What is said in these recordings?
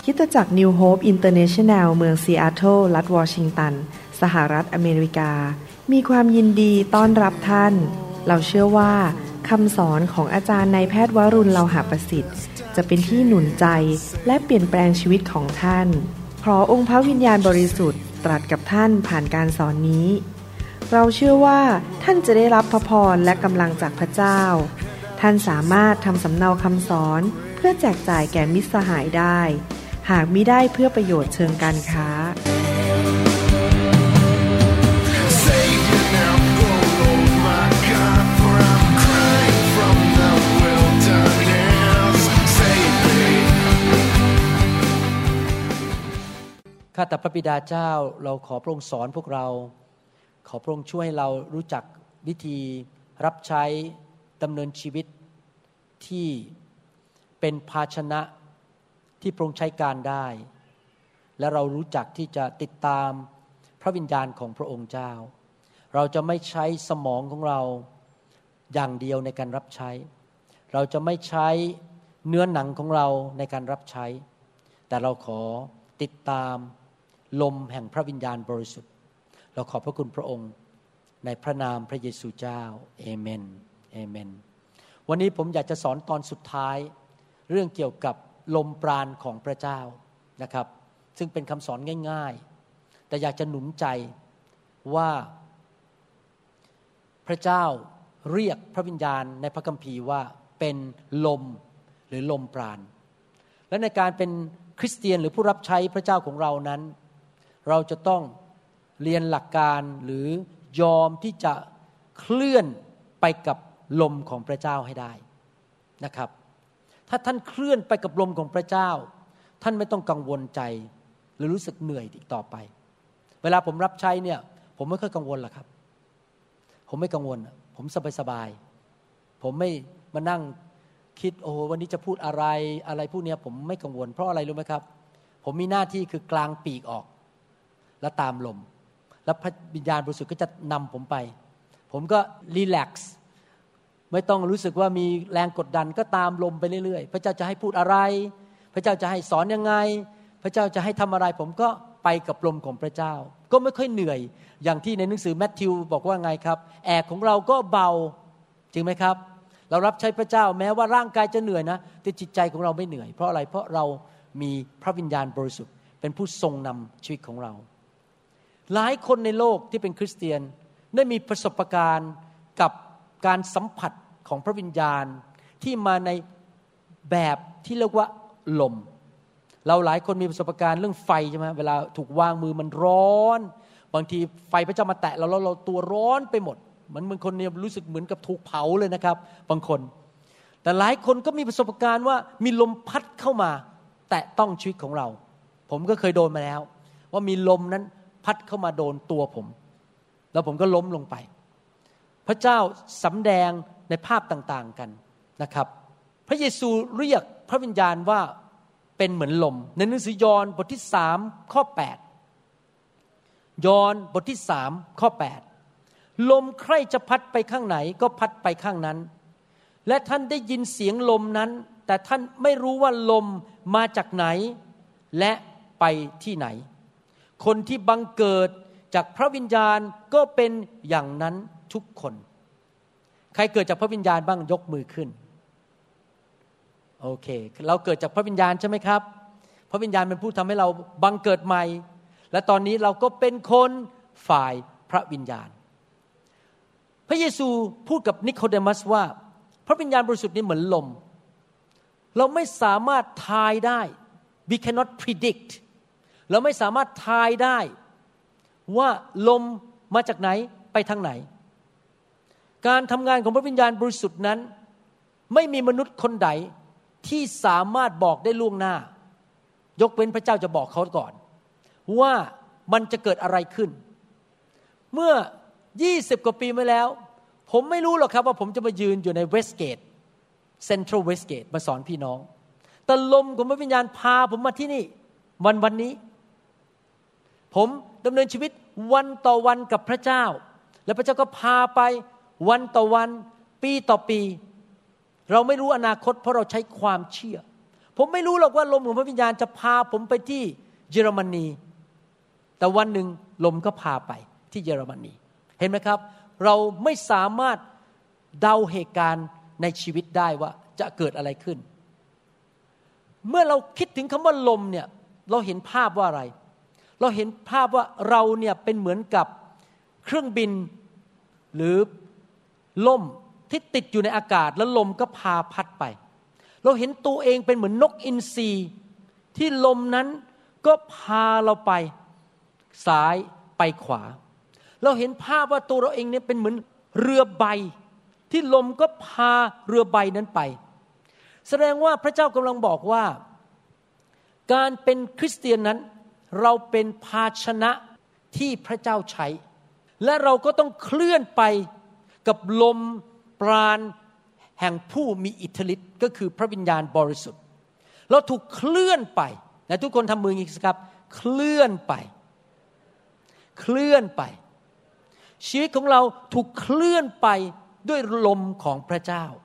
คริสตจักร New Hope International เมืองซีแอตเทิลรัฐวอชิงตันสหรัฐอเมริกามีความยินดีต้อนรับท่านเราเชื่อว่าคำสอนของอาจารย์นายแพทย์วรุณ เลาหะประสิทธิ์จะเป็นที่หนุนใจและเปลี่ยนแปลงชีวิตของท่านขอองค์พระวิญญาณบริสุทธิ์ตรัสกับท่านผ่านการสอนนี้เราเชื่อว่าท่านจะได้รับพระพรและกำลังจากพระเจ้าท่านสามารถทำสำเนาคำสอนเพื่อแจกจ่ายแก่มิตรสหายได้หากมิได้เพื่อประโยชน์เชิงการค้าข้าแต่พระบิดาเจ้าเราขอพระองค์สอนพวกเราขอพระองค์ช่วยให้เรารู้จักวิธีรับใช้ดำเนินชีวิตที่เป็นภาชนะที่พระองค์ใช้การได้และเรารู้จักที่จะติดตามพระวิญญาณของพระองค์เจ้าเราจะไม่ใช้สมองของเราอย่างเดียวในการรับใช้เราจะไม่ใช้เนื้อหนังของเราในการรับใช้แต่เราขอติดตามลมแห่งพระวิญญาณบริสุทธิ์เราขอบพระคุณพระองค์ในพระนามพระเยซูเจ้าเอเมนเอเมนวันนี้ผมอยากจะสอนตอนสุดท้ายเรื่องเกี่ยวกับลมปราณของพระเจ้านะครับซึ่งเป็นคำสอนง่ายๆแต่อยากจะหนุนใจว่าพระเจ้าเรียกพระวิญญาณในพระคัมภีร์ว่าเป็นลมหรือลมปราณและในการเป็นคริสเตียนหรือผู้รับใช้พระเจ้าของเรานั้นเราจะต้องเรียนหลักการหรือยอมที่จะเคลื่อนไปกับลมของพระเจ้าให้ได้นะครับถ้าท่านเคลื่อนไปกับลมของพระเจ้าท่านไม่ต้องกังวลใจหรือรู้สึกเหนื่อยอีกต่อไปเวลาผมรับใช้เนี่ยผมไม่ค่อยกังวลหรอกครับผมไม่กังวลผมสบายๆผมไม่มานั่งคิดโอ้วันนี้จะพูดอะไรพวกนี้ผมไม่กังวลเพราะอะไรรู้ไหมครับผมมีหน้าที่คือกลางปีกออกและตามลมแล้วพระวิญญาณบริสุทธิ์ก็จะนำผมไปผมก็รีแลกซ์ไม่ต้องรู้สึกว่ามีแรงกดดันก็ตามลมไปเรื่อยๆพระเจ้าจะให้พูดอะไรพระเจ้าจะให้สอนยังไงพระเจ้าจะให้ทำอะไรผมก็ไปกับลมของพระเจ้าก็ไม่ค่อยเหนื่อยอย่างที่ในหนังสือแมทธิวบอกว่าไงครับแอกของเราก็เบาจริงไหมครับเรารับใช้พระเจ้าแม้ว่าร่างกายจะเหนื่อยนะแต่จิตใจของเราไม่เหนื่อยเพราะอะไรเพราะเรามีพระวิญญาณบริสุทธิ์เป็นผู้ทรงนำชีวิตของเราหลายคนในโลกที่เป็นคริสเตียนได้มีประสบการณ์กับการสัมผัสของพระวิญญาณที่มาในแบบที่เรียกว่าลมเราหลายคนมีประสบการณ์เรื่องไฟใช่ไหมเวลาถูกวางมือมันร้อนบางทีไฟพระเจ้ามาแตะเราแล้วเราตัวร้อนไปหมดมันบางคนเนี่ยรู้สึกเหมือนกับถูกเผาเลยนะครับบางคนแต่หลายคนก็มีประสบการณ์ว่ามีลมพัดเข้ามาแตะต้องชีวิตของเราผมก็เคยโดนมาแล้วว่ามีลมนั้นพัดเข้ามาโดนตัวผมแล้วผมก็ล้มลงไปพระเจ้าสำแดงในภาพต่างๆกันนะครับพระเยซูเรียกพระวิญญาณว่าเป็นเหมือนลมในหนังสือยอห์นบทที่3ข้อ8ยอห์นบทที่3ข้อ8ลมใครจะพัดไปข้างไหนก็พัดไปข้างนั้นและท่านได้ยินเสียงลมนั้นแต่ท่านไม่รู้ว่าลมมาจากไหนและไปที่ไหนคนที่บังเกิดจากพระวิญญาณก็เป็นอย่างนั้นทุกคนใครเกิดจากพระวิญญาณบ้างยกมือขึ้นโอเคเราเกิดจากพระวิญญาณใช่ไหมครับพระวิญญาณเป็นผู้ทำให้เราบังเกิดใหม่และตอนนี้เราก็เป็นคนฝ่ายพระวิญญาณพระเยซูพูดกับนิโคเดมัสว่าพระวิญญาณบริสุทธิ์นี้เหมือนลมเราไม่สามารถทายได้ we cannot predict เราไม่สามารถทายได้ว่าลมมาจากไหนไปทางไหนการทำงานของพระวิญญาณบริสุทธิ์นั้นไม่มีมนุษย์คนใดที่สามารถบอกได้ล่วงหน้ายกเว้นพระเจ้าจะบอกเขาก่อนว่ามันจะเกิดอะไรขึ้นเมื่อ20กว่าปีมาแล้วผมไม่รู้หรอกครับว่าผมจะมายืนอยู่ในเวสต์เกตเซ็นทรัลเวสต์เกตมาสอนพี่น้องแต่ลมของพระวิญญาณพาผมมาที่นี่วันนี้ผมดำเนินชีวิตวันต่อวันกับพระเจ้าและพระเจ้าก็พาไปวันต่อวันปีต่อปีเราไม่รู้อนาคตเพราะเราใช้ความเชื่อผมไม่รู้หรอกว่าลมของพระวิญญาณจะพาผมไปที่เยอรมนีแต่วันหนึ่งลมก็พาไปที่เยอรมนีเห็นไหมครับเราไม่สามารถเดาเหตุการณ์ในชีวิตได้ว่าจะเกิดอะไรขึ้นเมื่อเราคิดถึงคำว่าลมเนี่ยเราเห็นภาพว่าอะไรเราเห็นภาพว่าเราเนี่ยเป็นเหมือนกับเครื่องบินหรือล่มที่ติดอยู่ในอากาศแล้วลมก็พาพัดไปเราเห็นตัวเองเป็นเหมือนนกอินทรีที่ลมนั้นก็พาเราไปซ้ายไปขวาเราเห็นภาพว่าตัวเราเองเนี่ยเป็นเหมือนเรือใบที่ลมก็พาเรือใบนั้นไปแสดงว่าพระเจ้ากำลังบอกว่าการเป็นคริสเตียนนั้นเราเป็นภาชนะที่พระเจ้าใช้และเราก็ต้องเคลื่อนไปกับลมปราณแห่งผู้มีอิทธิฤทธิ์ก็คือพระวิญญาณบริสุทธิ์เราถูกเคลื่อนไปและทุกคนทำมืออีกครับเคลื่อนไปเคลื่อนไปชีวิตของเราถูกเคลื่อนไปด้วยลมของพระเจ้า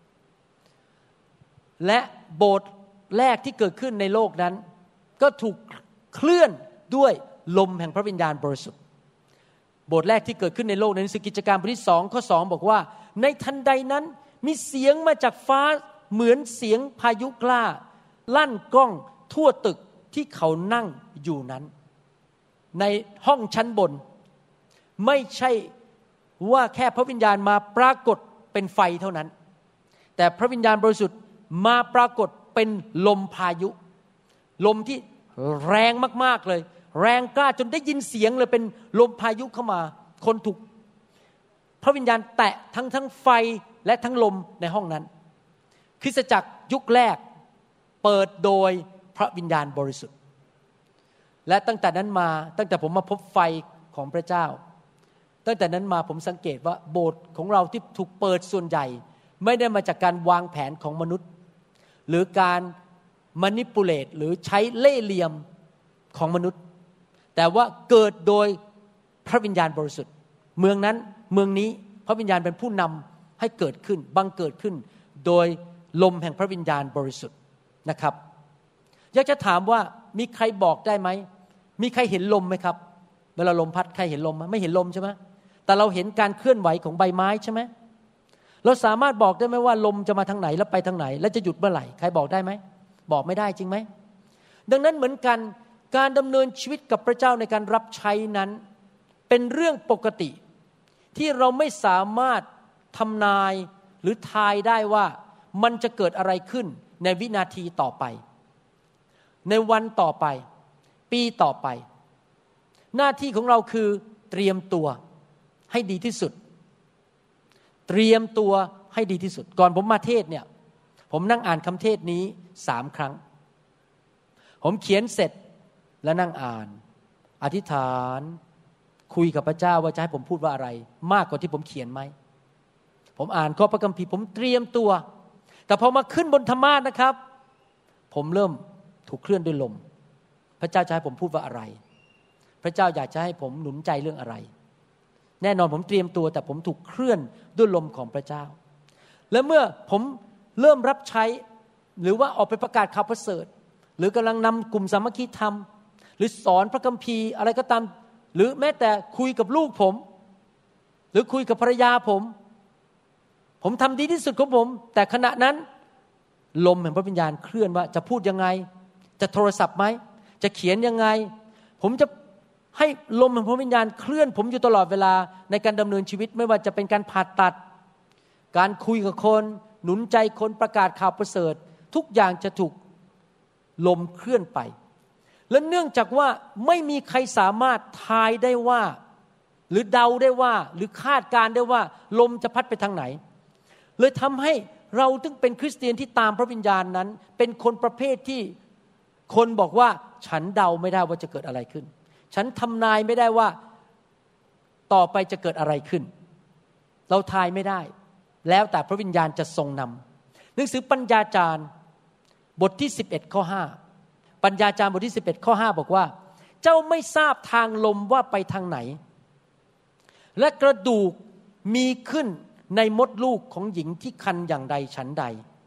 และโบสถ์แรกที่เกิดขึ้นในโลกนั้นก็ถูกเคลื่อนด้วยลมแห่งพระวิญญาณบริสุทธิ์โบสถ์แรกที่เกิดขึ้นในโลกในหนังสือกิจการบทที่2ข้อ2บอกว่าในทันใดนั้นมีเสียงมาจากฟ้าเหมือนเสียงพายุกล้าลั่นก้องทั่วตึกที่เขานั่งอยู่นั้นในห้องชั้นบนไม่ใช่ว่าแค่พระวิญญาณมาปรากฏเป็นไฟเท่านั้นแต่พระวิญญาณบริสุทธิ์มาปรากฏเป็นลมพายุลมที่แรงมากๆเลยแรงกล้าจนได้ยินเสียงเลยเป็นลมพายุเข้ามาคนถูกพระวิญญาณแตะทั้งไฟและทั้งลมในห้องนั้นคริสตจักรยุคแรกเปิดโดยพระวิญญาณบริสุทธิ์และตั้งแต่นั้นมาตั้งแต่ผมมาพบไฟของพระเจ้าตั้งแต่นั้นมาผมสังเกตว่าโบสถ์ของเราที่ถูกเปิดส่วนใหญ่ไม่ได้มาจากการวางแผนของมนุษย์หรือการmanipulate หรือใช้เล่ห์เหลี่ยมของมนุษย์แต่ว่าเกิดโดยพระวิญญาณบริสุทธิ์เมืองนั้นเมืองนี้พระวิญญาณเป็นผู้นำให้เกิดขึ้นบังเกิดขึ้นโดยลมแห่งพระวิญญาณบริสุทธิ์นะครับอยากจะถามว่ามีใครบอกได้ไหมมีใครเห็นลมไหมครับเวลาลมพัดใครเห็นลมไหมไม่เห็นลมใช่ไหมแต่เราเห็นการเคลื่อนไหวของใบไม้ใช่ไหมเราสามารถบอกได้ไหมว่าลมจะมาทางไหนแล้วไปทางไหนแล้วจะหยุดเมื่อไหร่ใครบอกได้ไหมบอกไม่ได้จริงไหมดังนั้นเหมือนกันการดำเนินชีวิตกับพระเจ้าในการรับใช้นั้นเป็นเรื่องปกติที่เราไม่สามารถทำนายหรือทายได้ว่ามันจะเกิดอะไรขึ้นในวินาทีต่อไปในวันต่อไปปีต่อไปหน้าที่ของเราคือเตรียมตัวให้ดีที่สุดเตรียมตัวให้ดีที่สุดก่อนผมมาเทศเนี่ยผมนั่งอ่านคำเทศนี้3 ครั้งผมเขียนเสร็จแล้วนั่งอ่านอธิษฐานคุยกับพระเจ้าว่าจะให้ผมพูดว่าอะไรมากกว่าที่ผมเขียนไหมผมอ่านข้อพระคัมภีร์ผมเตรียมตัวแต่พอมาขึ้นบนธรรมาสน์นะครับผมเริ่มถูกเคลื่อนด้วยลมพระเจ้าจะให้ผมพูดว่าอะไรพระเจ้าอยากจะให้ผมหนุนใจเรื่องอะไรแน่นอนผมเตรียมตัวแต่ผมถูกเคลื่อนด้วยลมของพระเจ้าและเมื่อผมเริ่มรับใช้หรือว่าออกไปประกาศข่าวประเสริฐหรือกำลังนำกลุ่มสามัคคีธรรมหรือสอนพระคัมภีร์อะไรก็ตามหรือแม้แต่คุยกับลูกผมหรือคุยกับภรรยาผมทำดีที่สุดของผมแต่ขณะนั้นลมแห่งพระวิญญาณเคลื่อนว่าจะพูดยังไงจะโทรศัพท์ไหมจะเขียนยังไงผมจะให้ลมแห่งพระวิญญาณเคลื่อนผมอยู่ตลอดเวลาในการดำเนินชีวิตไม่ว่าจะเป็นการผ่าตัดการคุยกับคนหนุนใจคนประกาศข่าวประเสริฐทุกอย่างจะถูกลมเคลื่อนไปและเนื่องจากว่าไม่มีใครสามารถทายได้ว่าหรือเดาได้ว่าหรือคาดการได้ว่าลมจะพัดไปทางไหนเลยทำให้เราซึ่งเป็นคริสเตียนที่ตามพระวิญญาณนั้นเป็นคนประเภทที่คนบอกว่าฉันเดาไม่ได้ว่าจะเกิดอะไรขึ้นฉันทำนายไม่ได้ว่าต่อไปจะเกิดอะไรขึ้นเราทายไม่ได้แล้วแต่พระวิญญาณจะทรงนำหนังสือปัญญาจารย์บทที่11ข้อ5ปัญญาจารย์บทที่11ข้อ5บอกว่าเจ้าไม่ทราบทางลมว่าไปทางไหนและกระดูกมีขึ้นในมดลูกของหญิงที่คันอย่างใดฉันใด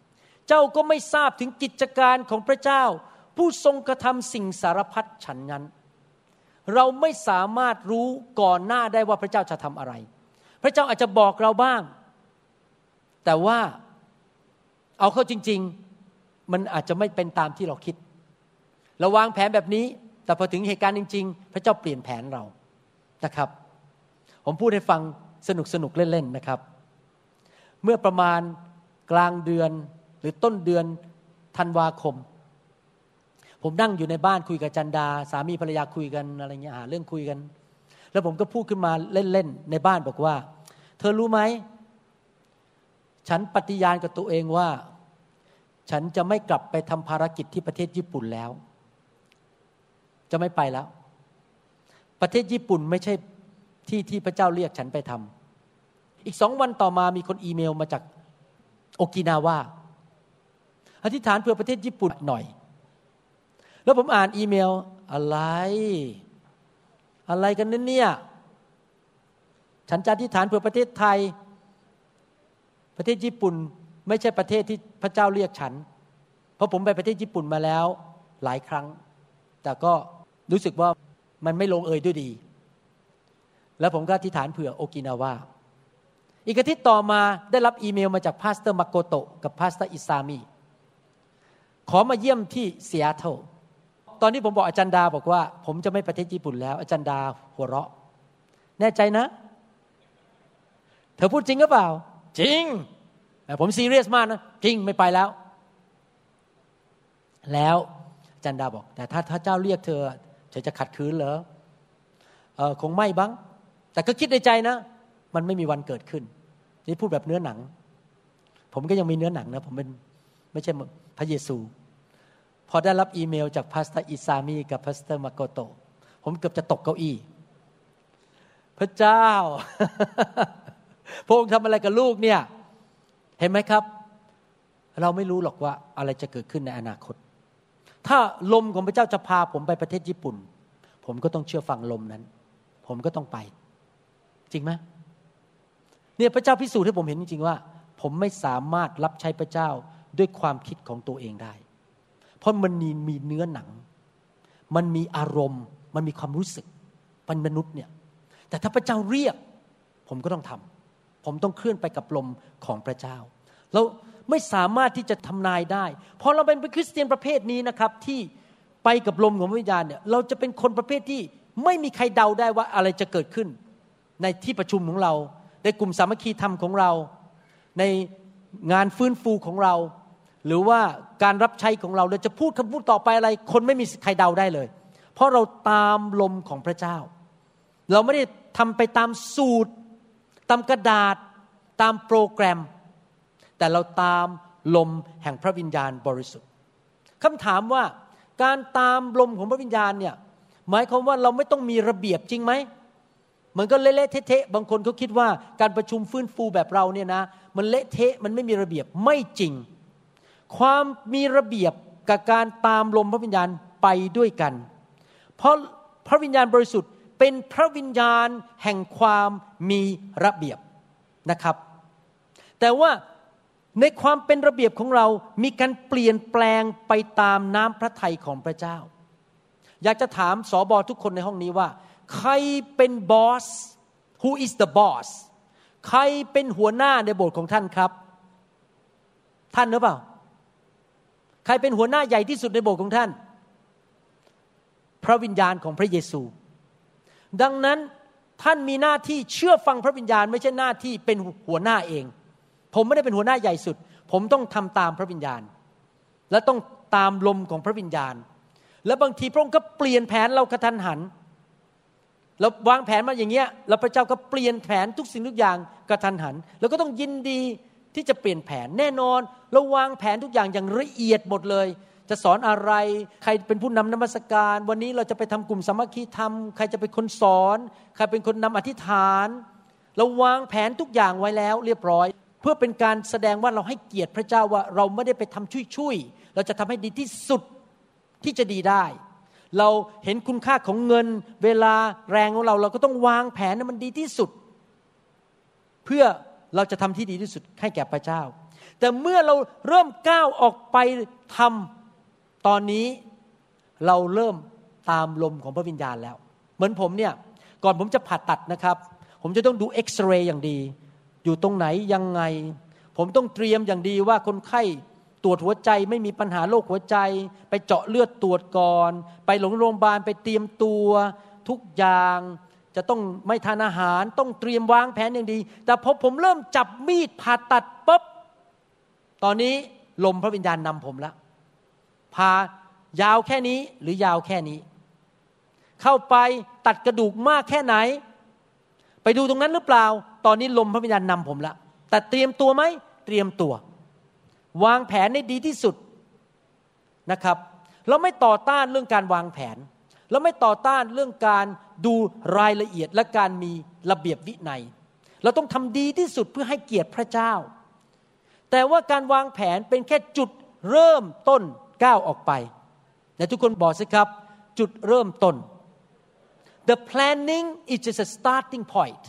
เจ้าก็ไม่ทราบถึงกิจการของพระเจ้าผู้ทรงกระทำสิ่งสารพัดฉันนั้นเราไม่สามารถรู้ก่อนหน้าได้ว่าพระเจ้าจะทำอะไรพระเจ้าอาจจะบอกเราบ้างแต่ว่าเอาเข้าจริงๆมันอาจจะไม่เป็นตามที่เราคิดเราวางแผนแบบนี้แต่พอถึงเหตุการณ์จริงๆพระเจ้าเปลี่ยนแผนเรานะครับผมพูดให้ฟังสนุกๆเล่นๆนะครับเมื่อประมาณกลางเดือนหรือต้นเดือนธันวาคมผมนั่งอยู่ในบ้านคุยกับจันดาสามีภรรยาคุยกันอะไรเงี้ยหาเรื่องคุยกันแล้วผมก็พูดขึ้นมาเล่นๆในบ้านบอกว่าเธอรู้ไหมฉันปฏิญาณกับตัวเองว่าฉันจะไม่กลับไปทำภารกิจที่ประเทศญี่ปุ่นแล้วจะไม่ไปแล้วประเทศญี่ปุ่นไม่ใช่ที่พระเจ้าเรียกฉันไปทำอีก2 วันต่อมามีคนอีเมลมาจากโอกินาวาอธิษฐานเพื่อประเทศญี่ปุ่นหน่อยแล้วผมอ่านอีเมลอะไรกันเนี่ยฉันจะอธิษฐานเพื่อประเทศไทยประเทศญี่ปุ่นไม่ใช่ประเทศที่พระเจ้าเรียกฉันเพราะผมไปประเทศญี่ปุ่นมาแล้วหลายครั้งแต่ก็รู้สึกว่ามันไม่ลงเอยด้วยดีแล้วผมก็อธิษฐานเผื่อโอกินาวาอีกอาทิตย์ต่อมาได้รับอีเมลมาจากพาสเตอร์มาโกโตะกับพาสเตอร์อิซามิขอมาเยี่ยมที่ซีแอตเทิลตอนนี้ผมบอกอาจารย์ดาบอกว่าผมจะไม่ประเทศญี่ปุ่นแล้วอาจารย์ดาหัวเราะแน่ใจนะเธอพูดจริงหรือเปล่าจริงแต่ผมซีเรียสมากนะจริงไม่ไปแล้วอาจารย์ดาบอกแต่ถ้าเจ้าเรียกเธอจะขัดขืนเหรอคงไม่บ้างแต่ก็คิดในใจนะมันไม่มีวันเกิดขึ้นนี่พูดแบบเนื้อหนังผมก็ยังมีเนื้อหนังนะผมเป็นไม่ใช่พระเยซูพอได้รับอีเมลจากพาสเตอร์อิซามิกับพาสเตอร์มาโกโตะผมเกือบจะตกเก้าอี้พระเจ้า พระองค์ทำอะไรกับลูกเนี่ยเห็นไหมครับเราไม่รู้หรอกว่าอะไรจะเกิดขึ้นในอนาคตถ้าลมของพระเจ้าจะพาผมไปประเทศญี่ปุ่นผมก็ต้องเชื่อฟังลมนั้นผมก็ต้องไปจริงไหมเนี่ยพระเจ้าพิสูจน์ให้ผมเห็นจริงๆว่าผมไม่สามารถรับใช้พระเจ้าด้วยความคิดของตัวเองได้เพราะมันมีเนื้อหนังมันมีอารมณ์มันมีความรู้สึกเป็นมนุษย์เนี่ยแต่ถ้าพระเจ้าเรียกผมก็ต้องทำผมต้องเคลื่อนไปกับลมของพระเจ้าเราไม่สามารถที่จะทำนายได้เพราะเราเป็นคริสเตียนประเภทนี้นะครับที่ไปกับลมของพระวิญญาณเนี่ยเราจะเป็นคนประเภทที่ไม่มีใครเดาได้ว่าอะไรจะเกิดขึ้นในที่ประชุมของเราในกลุ่มสามัคคีธรรมของเราในงานฟื้นฟูของเราหรือว่าการรับใช้ของเราจะพูดคำพูดต่อไปอะไรคนไม่มีใครเดาได้เลยเพราะเราตามลมของพระเจ้าเราไม่ได้ทำไปตามสูตรตามกระดาษตามโปรแกรมแต่เราตามลมแห่งพระวิญญาณบริสุทธิ์คำถามว่าการตามลมของพระวิญญาณเนี่ยหมายความว่าเราไม่ต้องมีระเบียบจริงไหมมันก็เละๆเทะๆบางคนเขาคิดว่าการประชุมฟื้นฟูแบบเราเนี่ยนะมันเละเทะมันไม่มีระเบียบไม่จริงความมีระเบียบกับการตามลมพระวิญญาณไปด้วยกันเพราะพระวิญญาณบริสุทธิ์เป็นพระวิญญาณแห่งความมีระเบียบนะครับแต่ว่าในความเป็นระเบียบของเรามีการเปลี่ยนแปลงไปตามน้ำพระทัยของพระเจ้าอยากจะถามสบทุกคนในห้องนี้ว่าใครเป็นบอส Who is the boss ใครเป็นหัวหน้าในโบสถ์ของท่านครับท่านหรือเปล่าใครเป็นหัวหน้าใหญ่ที่สุดในโบสถ์ของท่านพระวิญญาณของพระเยซูดังนั้นท่านมีหน้าที่เชื่อฟังพระวิญญาณไม่ใช่หน้าที่เป็นหัวหน้าเองผมไม่ได้เป็นหัวหน้าใหญ่สุดผมต้องทำตามพระวิญญาณและต้องตามลมของพระวิญญาณและบางทีพระองค์ก็เปลี่ยนแผนเรากระทันหันเราวางแผนมาอย่างเงี้ยแล้วพระเจ้าก็เปลี่ยนแผนทุกสิ่งทุกอย่างกระทันหันเราก็ต้องยินดีที่จะเปลี่ยนแผนแน่นอนเราวางแผนทุกอย่างอย่างละเอียดหมดเลยจะสอนอะไรใครเป็นผู้นำนมัสการวันนี้เราจะไปทำกลุ่มสามัคคีธรรมใครจะเป็นคนสอนใครเป็นคนนำอธิษฐานเราวางแผนทุกอย่างไว้แล้วเรียบร้อยเพื่อเป็นการแสดงว่าเราให้เกียรติพระเจ้าว่าเราไม่ได้ไปทำชุยๆเราจะทำให้ดีที่สุดที่จะดีได้เราเห็นคุณค่าของเงินเวลาแรงของเราก็ต้องวางแผนให้มันดีที่สุดเพื่อเราจะทำที่ดีที่สุดให้แก่พระเจ้าแต่เมื่อเราเริ่มก้าวออกไปทำตอนนี้เราเริ่มตามลมของพระวิญญาณแล้วเหมือนผมเนี่ยก่อนผมจะผ่าตัดนะครับผมจะต้องดูเอ็กซเรย์อย่างดีอยู่ตรงไหนยังไงผมต้องเตรียมอย่างดีว่าคนไข้ตรวจหัวใจไม่มีปัญหาโรคหัวใจไปเจาะเลือดตรวจก่อนไปโรงพยาบาลไปเตรียมตัวทุกอย่างจะต้องไม่ทานอาหารต้องเตรียมวางแผนอย่างดีแต่พอผมเริ่มจับมีดผ่าตัดปุ๊บตอนนี้ลมพระวิญญาณนำผมแล้วผ่ายาวแค่นี้หรือยาวแค่นี้เข้าไปตัดกระดูกมากแค่ไหนไปดูตรงนั้นหรือเปล่าตอนนี้ลมพระวิญญาณนำผมแล้วแต่เตรียมตัวไหมเตรียมตัววางแผนให้ดีที่สุดนะครับเราไม่ต่อต้านเรื่องการวางแผนเราไม่ต่อต้านเรื่องการดูรายละเอียดและการมีระเบียบวินัยเราต้องทำดีที่สุดเพื่อให้เกียรติพระเจ้าแต่ว่าการวางแผนเป็นแค่จุดเริ่มต้นก้าวออกไปแต่ทุกคนบอกสิครับจุดเริ่มต้น The planning is just a starting point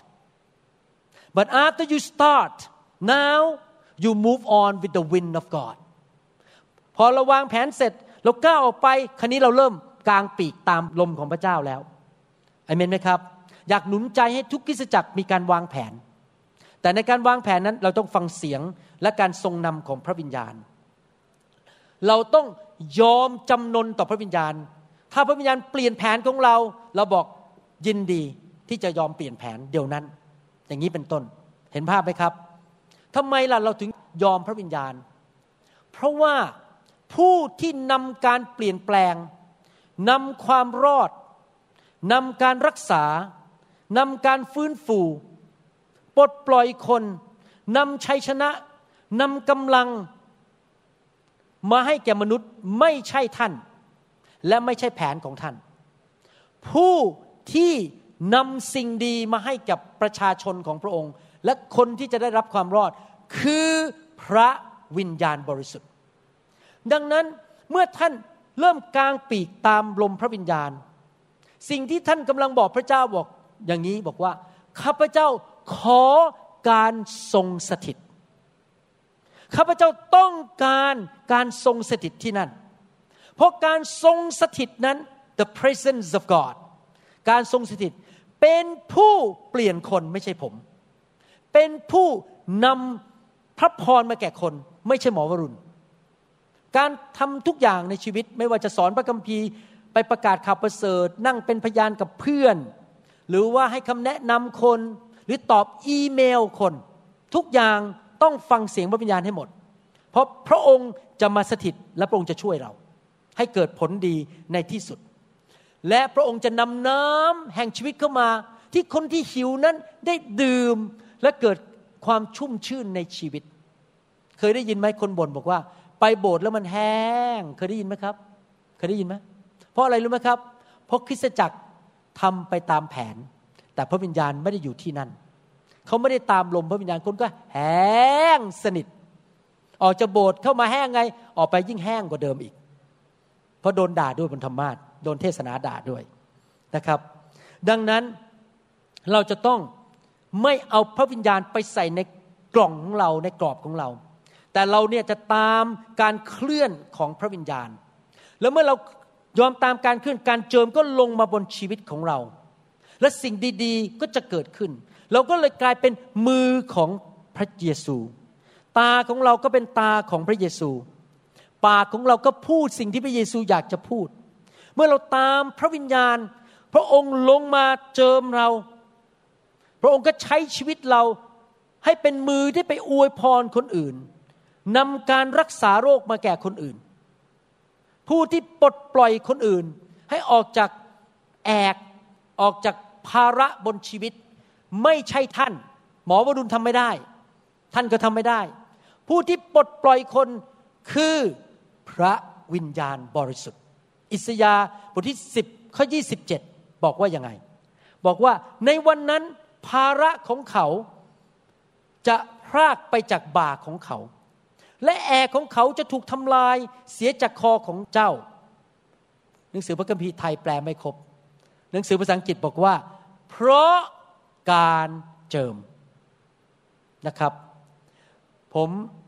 but after you start now you move on with the wind of God พอเราวางแผนเสร็จเราก้าวออกไปคราวนี้เราเริ่มกางปีกตามลมของพระเจ้าแล้วอาเมนไหมครับอยากหนุนใจให้ทุกคริสตจักรมีการวางแผนแต่ในการวางแผนนั้นเราต้องฟังเสียงและการทรงนำของพระวิญญาณเราต้องยอมจำนนต่อพระวิญญาณถ้าพระวิญญาณเปลี่ยนแผนของเราเราบอกยินดีที่จะยอมเปลี่ยนแผนเดี๋ยวนั้นอย่างนี้เป็นต้นเห็นภาพไหมครับทำไมล่ะเราถึงยอมพระวิญญาณเพราะว่าผู้ที่นำการเปลี่ยนแปลงนำความรอดนำการรักษานำการฟื้นฟูปลดปล่อยคนนำชัยชนะนำกำลังมาให้แก่มนุษย์ไม่ใช่ท่านและไม่ใช่แผนของท่านผู้ที่นำสิ่งดีมาให้กับประชาชนของพระองค์และคนที่จะได้รับความรอดคือพระวิญญาณบริสุทธิ์ดังนั้นเมื่อท่านเริ่มกางปีกตามลมพระวิญญาณสิ่งที่ท่านกำลังบอกพระเจ้าบอกอย่างนี้บอกว่าข้าพเจ้าขอการทรงสถิตข้าพเจ้าต้องการทรงสถิตที่นั่นเพราะการทรงสถิตนั้น the presence of God การทรงสถิตเป็นผู้เปลี่ยนคนไม่ใช่ผมเป็นผู้นำพระพรมาแก่คนไม่ใช่หมอวรุณการทำทุกอย่างในชีวิตไม่ว่าจะสอนพระคัมภีร์ไปประกาศข่าวประเสริฐนั่งเป็นพยานกับเพื่อนหรือว่าให้คำแนะนำคนหรือตอบอีเมลคนทุกอย่างต้องฟังเสียงพระวิญญาณให้หมดเพราะพระองค์จะมาสถิตและพระองค์จะช่วยเราให้เกิดผลดีในที่สุดและพระองค์จะนำน้ำแห่งชีวิตเข้ามาที่คนที่หิวนั้นได้ดื่มและเกิดความชุ่มชื่นในชีวิตเคยได้ยินไหมคนบ่นบอกว่าไปโบสถ์แล้วมันแห้งเคยได้ยินไหมครับเคยได้ยินไหมเพราะอะไรรู้ไหมครับเพราะคริสตจักรทำไปตามแผนแต่พระวิญญาณไม่ได้อยู่ที่นั่นเขาไม่ได้ตามลมพระวิญญาณคนก็แห้งสนิทออกจากโบสถ์เข้ามาแห้งไงออกไปยิ่งแห้งกว่าเดิมอีกเพราะโดนด่าด้วยบนธรรมาสน์โดนเทศนาด่าด้วยนะครับดังนั้นเราจะต้องไม่เอาพระวิญญาณไปใส่ในกล่องของเราในกรอบของเราแต่เราเนี่ยจะตามการเคลื่อนของพระวิญญาณแล้วเมื่อเรายอมตามการเคลื่อนการเจิมก็ลงมาบนชีวิตของเราและสิ่งดีๆก็จะเกิดขึ้นเราก็เลยกลายเป็นมือของพระเยซูตาของเราก็เป็นตาของพระเยซูปากของเราก็พูดสิ่งที่พระเยซูอยากจะพูดเมื่อเราตามพระวิญญาณพระองค์ลงมาเจิมเราพระองค์ก็ใช้ชีวิตเราให้เป็นมือที่ไปอวยพรคนอื่นนำการรักษาโรคมาแก่คนอื่นผู้ที่ปลดปล่อยคนอื่นให้ออกจากออกจากภาระบนชีวิตไม่ใช่ท่านหมอวรุณทำไม่ได้ท่านก็ทำไม่ได้ผู้ที่ปลดปล่อยคนคือพระวิญญาณบริสุทธิ์อิสยาห์บทที่10ข้อ27บอกว่ายังไงบอกว่าในวันนั้นภาระของเขาจะพรากไปจากบ่าของเขาและแอกของเขาจะถูกทำลายเสียจากคอของเจ้าหนังสือพระคัมภีร์ไทยแปลไม่ครบหนังสือภาษาอังกฤษบอกว่าเพราะการเจิมนะครับผม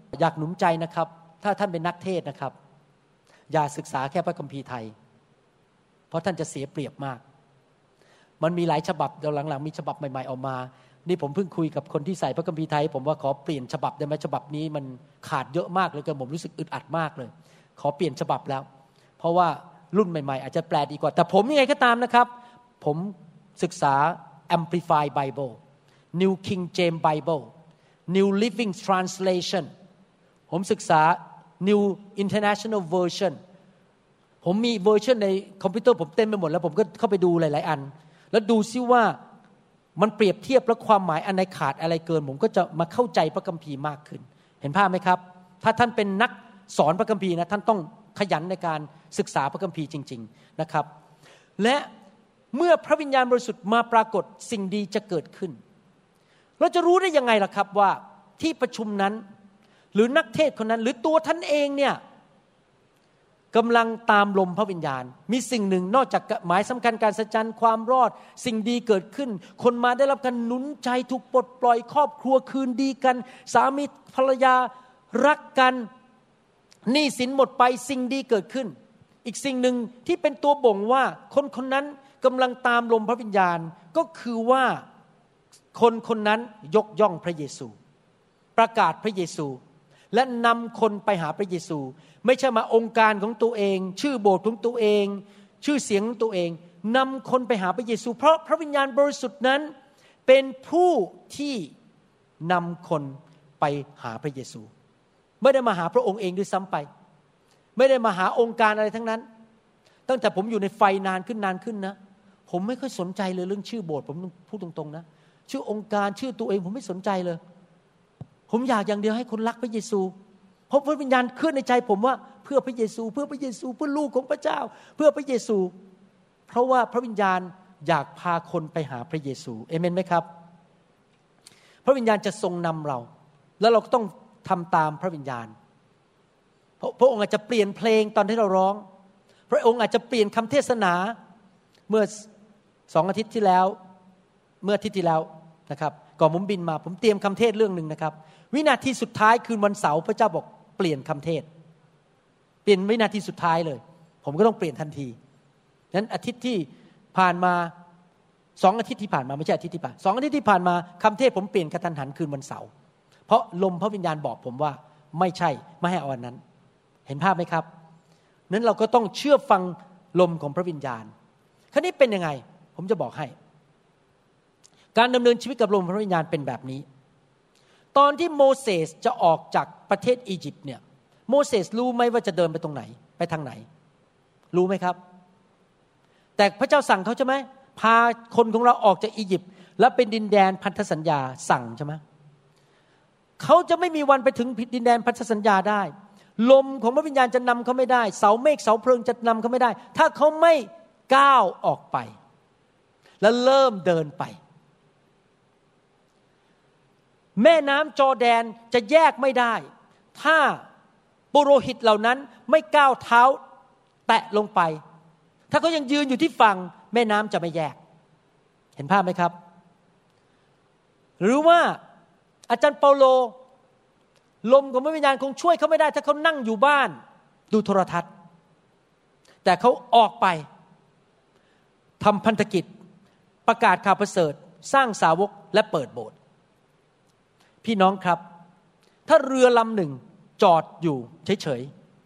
อยากหนุนใจนะครับถ้าท่านเป็นนักเทศนะครับอย่าศึกษาแค่พระคัมภีร์ไทยเพราะท่านจะเสียเปรียบมากมันมีหลายฉบับเดี๋ยวหลังๆมีฉบับใหม่ๆออกมานี่ผมเพิ่งคุยกับคนที่ใส่พระคัมภีร์ไทยผมว่าขอเปลี่ยนฉบับได้ไหมฉบับนี้มันขาดเยอะมากเลยผมรู้สึกอึดอัดมากเลยขอเปลี่ยนฉบับแล้วเพราะว่ารุ่นใหม่ๆอาจจะแปลดีกว่าแต่ผมยังไงก็ตามนะครับผมศึกษา Amplified Bible New King James Bible New Living Translation ผมศึกษา New International Version ผมมีเวอร์ชันในคอมพิวเตอร์ผมเต็มไปหมดแล้วผมก็เข้าไปดูหลายๆอันแล้วดูซิว่ามันเปรียบเทียบและความหมายอันไหนขาดอะไรเกินผมก็จะมาเข้าใจพระคัมภีร์มากขึ้นเห็นภาพไหมครับถ้าท่านเป็นนักสอนพระคัมภีร์นะท่านต้องขยันในการศึกษาพระคัมภีร์จริงๆนะครับและเมื่อพระวิญญาณบริสุทธิ์มาปรากฏสิ่งดีจะเกิดขึ้นเราจะรู้ได้ยังไงล่ะครับว่าที่ประชุมนั้นหรือนักเทศคนนั้นหรือตัวท่านเองเนี่ยกำลังตามลมพระวิญญาณมีสิ่งหนึ่งนอกจากหมายสำคัญการสัจจันความรอดสิ่งดีเกิดขึ้นคนมาได้รับการหนุนใจถูกปลดปล่อยครอบครัวคืนดีกันสามีภรรยารักกันหนี้สินหมดไปสิ่งดีเกิดขึ้นอีกสิ่งหนึ่งที่เป็นตัวบ่งว่าคนคนนั้นกำลังตามลมพระวิญญาณก็คือว่าคนคนนั้นยกย่องพระเยซูประกาศพระเยซูและนำคนไปหาพระเยซูไม่ใช่มาองค์การของตัวเองชื่อโบสถ์ของตัวเองชื่อเสียงของตัวเองนำคนไปหาพระเยซูเพราะพระวิญญาณบริสุทธิ์นั้นเป็นผู้ที่นำคนไปหาพระเยซูไม่ได้มาหาพระองค์เองด้วยซ้ำไปไม่ได้มาหาองค์การอะไรทั้งนั้นตั้งแต่ผมอยู่ในไฟนานขึ้นนะผมไม่ค่อยสนใจเลยเรื่องชื่อโบสถ์ผมพูดตรงๆนะชื่อองค์การชื่อตัวเองผมไม่สนใจเลยผมอยากอย่างเดียวให้คนรักพระเยซูเพราะพระวิญญาณเคลื่อนในใจผมว่าเพื่อพระเยซูเพื่อพระเยซูเพื่อลูกของพระเจ้าเพื่อพระเยซูเพราะว่าพระวิญญาณอยากพาคนไปหาพระเยซูเอเมนไหมครับพระวิญญาณจะทรงนำเราแล้วเราก็ต้องทำตามพระวิญญาณพระองค์อาจจะเปลี่ยนเพลงตอนที่เราร้องพระองค์อาจจะเปลี่ยนคำเทศนาเมื่อ2 อาทิตย์ที่แล้วเมื่ออาทิตย์ที่แล้วนะครับก่อนผมบินมาผมเตรียมคำเทศเรื่องนึงนะครับวินาทีสุดท้ายคืนวันเสาร์พระเจ้าบอกเปลี่ยนคำเทศเปลี่ยนวินาทีสุดท้ายเลยผมก็ต้องเปลี่ยนทันทีนั้นอาทิตย์ที่ผ่านมา2 อาทิตย์ที่ผ่านมาไม่ใช่อาทิตย์ที่ผ่าน2 อาทิตย์ที่ผ่านมาคำเทศผมเปลี่ยนกระทันหันคืนวันเสาร์เพราะลมพระวิญญาณบอกผมว่าไม่ใช่ไม่ให้เอาอันนั้นเห็นภาพไหมครับนั้นเราก็ต้องเชื่อฟังลมของพระวิญญาณคราวนี้เป็นยังไงผมจะบอกให้การดำเนินชีวิตกับลมพระวิญญาณเป็นแบบนี้ตอนที่โมเสสจะออกจากประเทศอียิปต์เนี่ยโมเสสรู้ไหมว่าจะเดินไปตรงไหนไปทางไหนรู้ไหมครับแต่พระเจ้าสั่งเขาใช่ไหมพาคนของเราออกจากอียิปต์แล้วเป็นดินแดนพันธสัญญาสั่งใช่ไหมเขาจะไม่มีวันไปถึงดินแดนพันธสัญญาได้ลมของพระวิญญาณจะนำเขาไม่ได้เสาเมฆเสาเพลิงจะนำเขาไม่ได้ถ้าเขาไม่ก้าวออกไปแล้วเริ่มเดินไปแม่น้ำจอร์แดนจะแยกไม่ได้ถ้าปุโรหิตเหล่านั้นไม่ก้าวเท้าแตะลงไปถ้าเขายังยืนอยู่ที่ฝั่งแม่น้ำจะไม่แยกเห็นภาพไหมครับหรือว่าอาจารย์เปาโลลมของพระวิญญาณคงช่วยเขาไม่ได้ถ้าเขานั่งอยู่บ้านดูโทรทัศน์แต่เขาออกไปทำพันธกิจประกาศข่าวประเสริฐสร้างสาวกและเปิดโบสถ์พี่น้องครับถ้าเรือลำหนึ่งจอดอยู่เฉย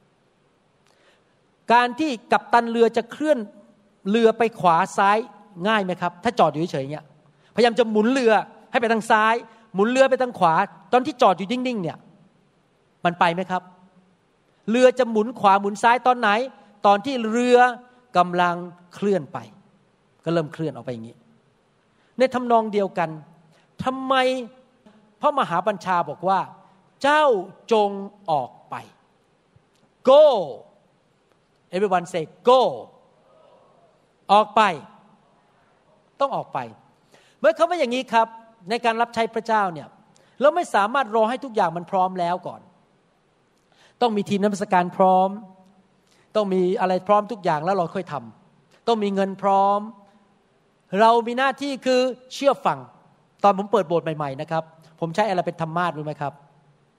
ๆการที่กัปตันเรือจะเคลื่อนเรือไปขวาซ้ายง่ายไหมครับถ้าจอดอยู่เฉยๆเนี่ยพยายามจะหมุนเรือให้ไปทางซ้ายหมุนเรือไปทางขวาตอนที่จอดอยู่นิ่งๆเนี่ยมันไปไหมครับเรือจะหมุนขวาหมุนซ้ายตอนไหนตอนที่เรือกำลังเคลื่อนไปก็เริ่มเคลื่อนออกไปอย่างนี้ในทำนองเดียวกันทำไมพระมหาบัญชาบอกว่าเจ้าจงออกไป go everyone say go ออกไปต้องออกไปเมื่อเขาว่าอย่างนี้ครับในการรับใช้พระเจ้าเนี่ยเราไม่สามารถรอให้ทุกอย่างมันพร้อมแล้วก่อนต้องมีทีมนมัสการพร้อมต้องมีอะไรพร้อมทุกอย่างแล้วเราค่อยทำต้องมีเงินพร้อมเรามีหน้าที่คือเชื่อฟังตอนผมเปิดโบสถ์ใหม่ๆนะครับผมใช้อะไรเป็นธรรมาสรู้ไหมครับ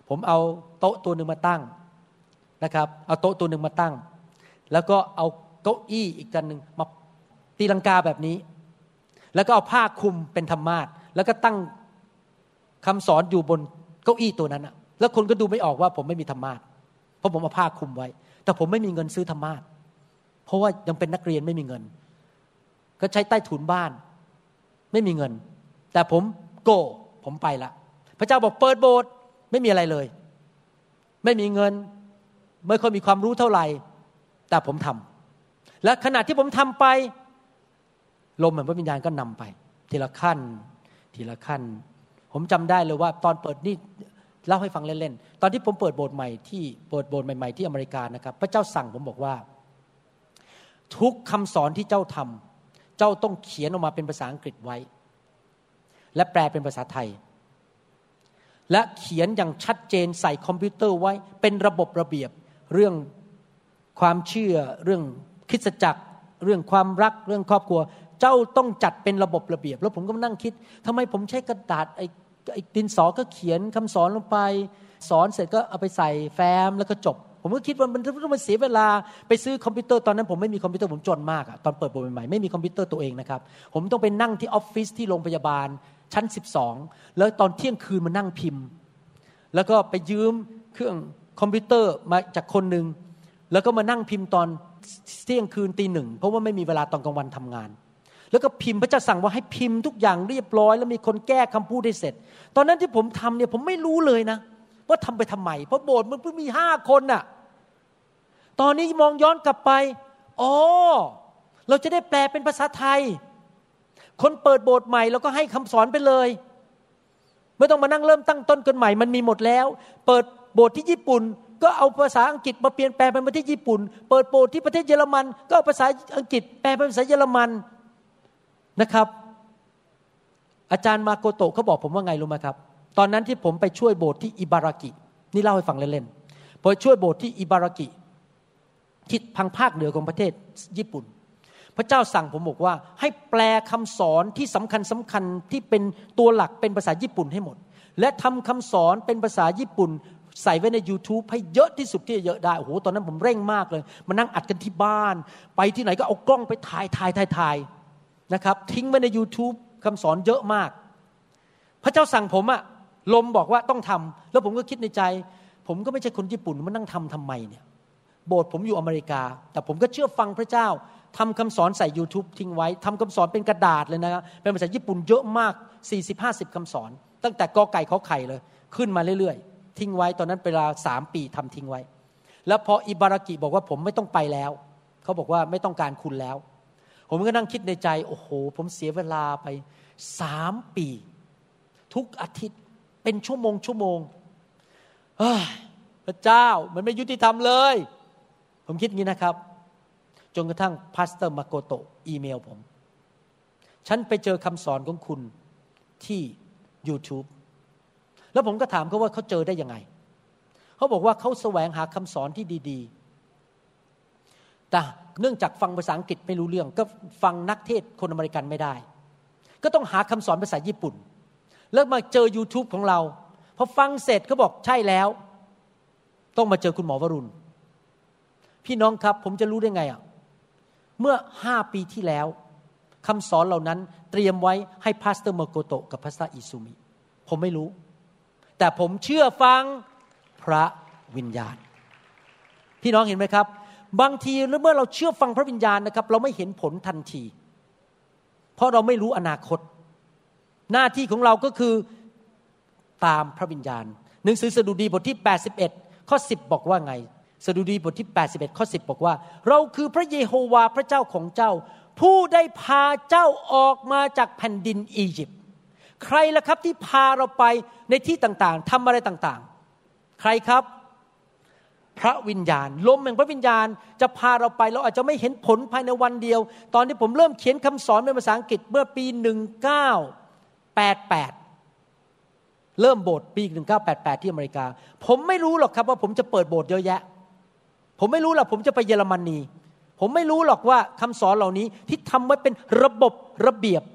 ผมเอาโต๊ะตัวนึงมาตั้งนะครับเอาโต๊ะตัวนึงมาตั้งแล้วก็เอาเก้าอี้อีกตัวนึงมาตีลังกาแบบนี้แล้วก็เอาผ้าคลุมเป็นธรรมาสน์แล้วก็ตั้งคำสอนอยู่บนเก้าอี้ตัวนั้นนะแล้วคนก็ดูไม่ออกว่าผมไม่มีธรรมาสน์เพราะผมเอาผ้าคลุมไว้แต่ผมไม่มีเงินซื้อธรรมาสน์เพราะว่ายังเป็นนักเรียนไม่มีเงินก็ใช้ใต้ถุนบ้านไม่มีเงินแต่ผมไปละพระเจ้าบอกเปิดโบสถ์ไม่มีอะไรเลยไม่มีเงินไม่ค่อยมีความรู้เท่าไหร่แต่ผมทำและขณะที่ผมทำไปลมแห่งพระวิญญาณก็นำไปทีละขั้นทีละขั้นผมจำได้เลยว่าตอนเปิดนี่เล่าให้ฟังเล่นๆตอนที่ผมเปิดโบสถ์ใหม่ที่อเมริกานะครับพระเจ้าสั่งผมบอกว่าทุกคำสอนที่เจ้าทำเจ้าต้องเขียนออกมาเป็นภาษาอังกฤษไว้และแปลเป็นภาษาไทยและเขียนอย่างชัดเจนใส่คอมพิวเตอร์ไว้เป็นระบบระเบียบเรื่องความเชื่อเรื่องคริสตจักรเรื่องความรักเรื่องครอบครัวเจ้าต้องจัดเป็นระบบระเบียบแล้วผมก็นั่งคิดทำไมผมใช้กระดาษไอ้ดินสอก็เขียนคำสอนลงไปสอนเสร็จก็เอาไปใส่แฟ้มแล้วก็จบผมก็คิดว่ามันต้องมาเสียเวลาไปซื้อคอมพิวเตอร์ตอนนั้นผมไม่มีคอมพิวเตอร์ผมจนมากตอนเปิดโบสถ์ใหม่ๆไม่มีคอมพิวเตอร์ตัวเองนะครับผมต้องไปนั่งที่ออฟฟิศที่โรงพยาบาลชั้น12แล้วตอนเที่ยงคืนมานั่งพิมพ์แล้วก็ไปยืมเครื่องคอมพิวเตอร์มาจากคนนึงแล้วก็มานั่งพิมพ์ตอนเที่ยงคืนตีหนึ่งเพราะว่าไม่มีเวลาตอนกลางวันทำงานแล้วก็พิมพ์พระเจ้าสั่งว่าให้พิมพ์ทุกอย่างเรียบร้อยแล้วมีคนแก้คำพูดได้เสร็จตอนนั้นที่ผมทำเนี่ยผมไม่รู้เลยนะว่าทำไปทำไมเพราะโบสถ์มันเพิ่งมี5 คนน่ะตอนนี้มองย้อนกลับไปอ๋อเราจะได้แปลเป็นภาษาไทยคนเปิดโบสถ์ใหม่แล้วก็ให้คำสอนไปเลยไม่ต้องมานั่งเริ่มตั้งต้นกันใหม่มันมีหมดแล้วเปิดโบสถ์ที่ญี่ปุ่นก็เอาภาษาอังกฤษมาเปลี่ยนแปลงเป็นประเทศญี่ปุ่นเปิดโบสถ์ที่ประเทศเยอรมันก็เอาภาษาอังกฤษแปลเป็นภาษาเยอรมันนะครับอาจารย์มาโกโตะเขาบอกผมว่าไงรู้ไหมครับตอนนั้นที่ผมไปช่วยโบสถ์ที่อิบารากินี่เล่าให้ฟังเล่นๆพอช่วยโบสถ์ที่อิบารากิที่ทางภาคเหนือของประเทศญี่ปุ่นพระเจ้าสั่งผมบอกว่าให้แปลคำสอนที่สำคัญที่เป็นตัวหลักเป็นภาษาญี่ปุ่นให้หมดและทำคำสอนเป็นภาษาญี่ปุ่นใส่ไว้ใน YouTube ให้เยอะที่สุดที่จะเยอะได้โอ้โหตอนนั้นผมเร่งมากเลยมานั่งอัดกันที่บ้านไปที่ไหนก็เอากล้องไปถ่ายนะครับทิ้งไว้ใน YouTube คำสอนเยอะมากพระเจ้าสั่งผมลมบอกว่าต้องทำแล้วผมก็คิดในใจผมก็ไม่ใช่คนญี่ปุ่นมานั่งทำไมเนี่ยโบสถ์ผมอยู่อเมริกาแต่ผมก็เชื่อฟังพระเจ้าทำคำสอนใส่ YouTube ทิ้งไว้ทำคำสอนเป็นกระดาษเลยนะครับเป็นภาษาญี่ปุ่นเยอะมาก 40-50 คำสอนตั้งแต่กอไก่ขอไข่เลยขึ้นมาเรื่อยๆทิ้งไว้ตอนนั้นเวลา3 ปีทำทิ้งไว้แล้วพออิบารากิบอกว่าผมไม่ต้องไปแล้วเขาบอกว่าไม่ต้องการคุณแล้วผมก็นั่งคิดในใจโอ้โหผมเสียเวลาไป3 ปีทุกอาทิตย์เป็นชั่วโมงพระเจ้ามันไม่ยุติธรรมเลยผมคิดงี้นะครับจนกระทั่งพาสเตอร์มาโกโตะอีเมลผมฉันไปเจอคำสอนของคุณที่ YouTube แล้วผมก็ถามเขาว่าเขาเจอได้ยังไงเขาบอกว่าเขาแสวงหาคำสอนที่ดีๆแต่เนื่องจากฟังภาษาอังกฤษไม่รู้เรื่องก็ฟังนักเทศคนอเมริกันไม่ได้ก็ต้องหาคำสอนภาษาญี่ปุ่นแล้วมาเจอ YouTube ของเราพอฟังเสร็จเขาบอกใช่แล้วต้องมาเจอคุณหมอวรุณพี่น้องครับผมจะรู้ได้ไงเมื่อ5 ปีที่แล้วคำสอนเหล่านั้นเตรียมไว้ให้พาสเตอร์มาโกโตะกับพาสเตอร์อิซุมิผมไม่รู้แต่ผมเชื่อฟังพระวิญญาณพี่น้องเห็นไหมครับบางทีเมื่อเราเชื่อฟังพระวิญญาณนะครับเราไม่เห็นผลทันทีเพราะเราไม่รู้อนาคตหน้าที่ของเราก็คือตามพระวิญญาณหนังสือสดุดีบทที่81ข้อ10บอกว่าไงสดุดีบทที่81ข้อ10บอกว่าเราคือพระเยโฮวาห์พระเจ้าของเจ้าผู้ได้พาเจ้าออกมาจากแผ่นดินอียิปต์ใครล่ะครับที่พาเราไปในที่ต่างๆทำอะไรต่างๆใครครับพระวิญญาณลมแห่งพระวิญญาณจะพาเราไปเราอาจจะไม่เห็นผลภายในวันเดียวตอนที่ผมเริ่มเขียนคำสอนเป็นภาษาอังกฤษเมื่อปี1988เริ่มโบสถ์ปี1988ที่อเมริกาผมไม่รู้หรอกครับว่าผมจะเปิดโบสถ์เยอะแยะผมไม่รู้หรอกผมจะไปเยอรมนีผมไม่รู้หรอกว่าคำสอนเหล่านี้ที่ทำไว้เป็นระบบระเบียบ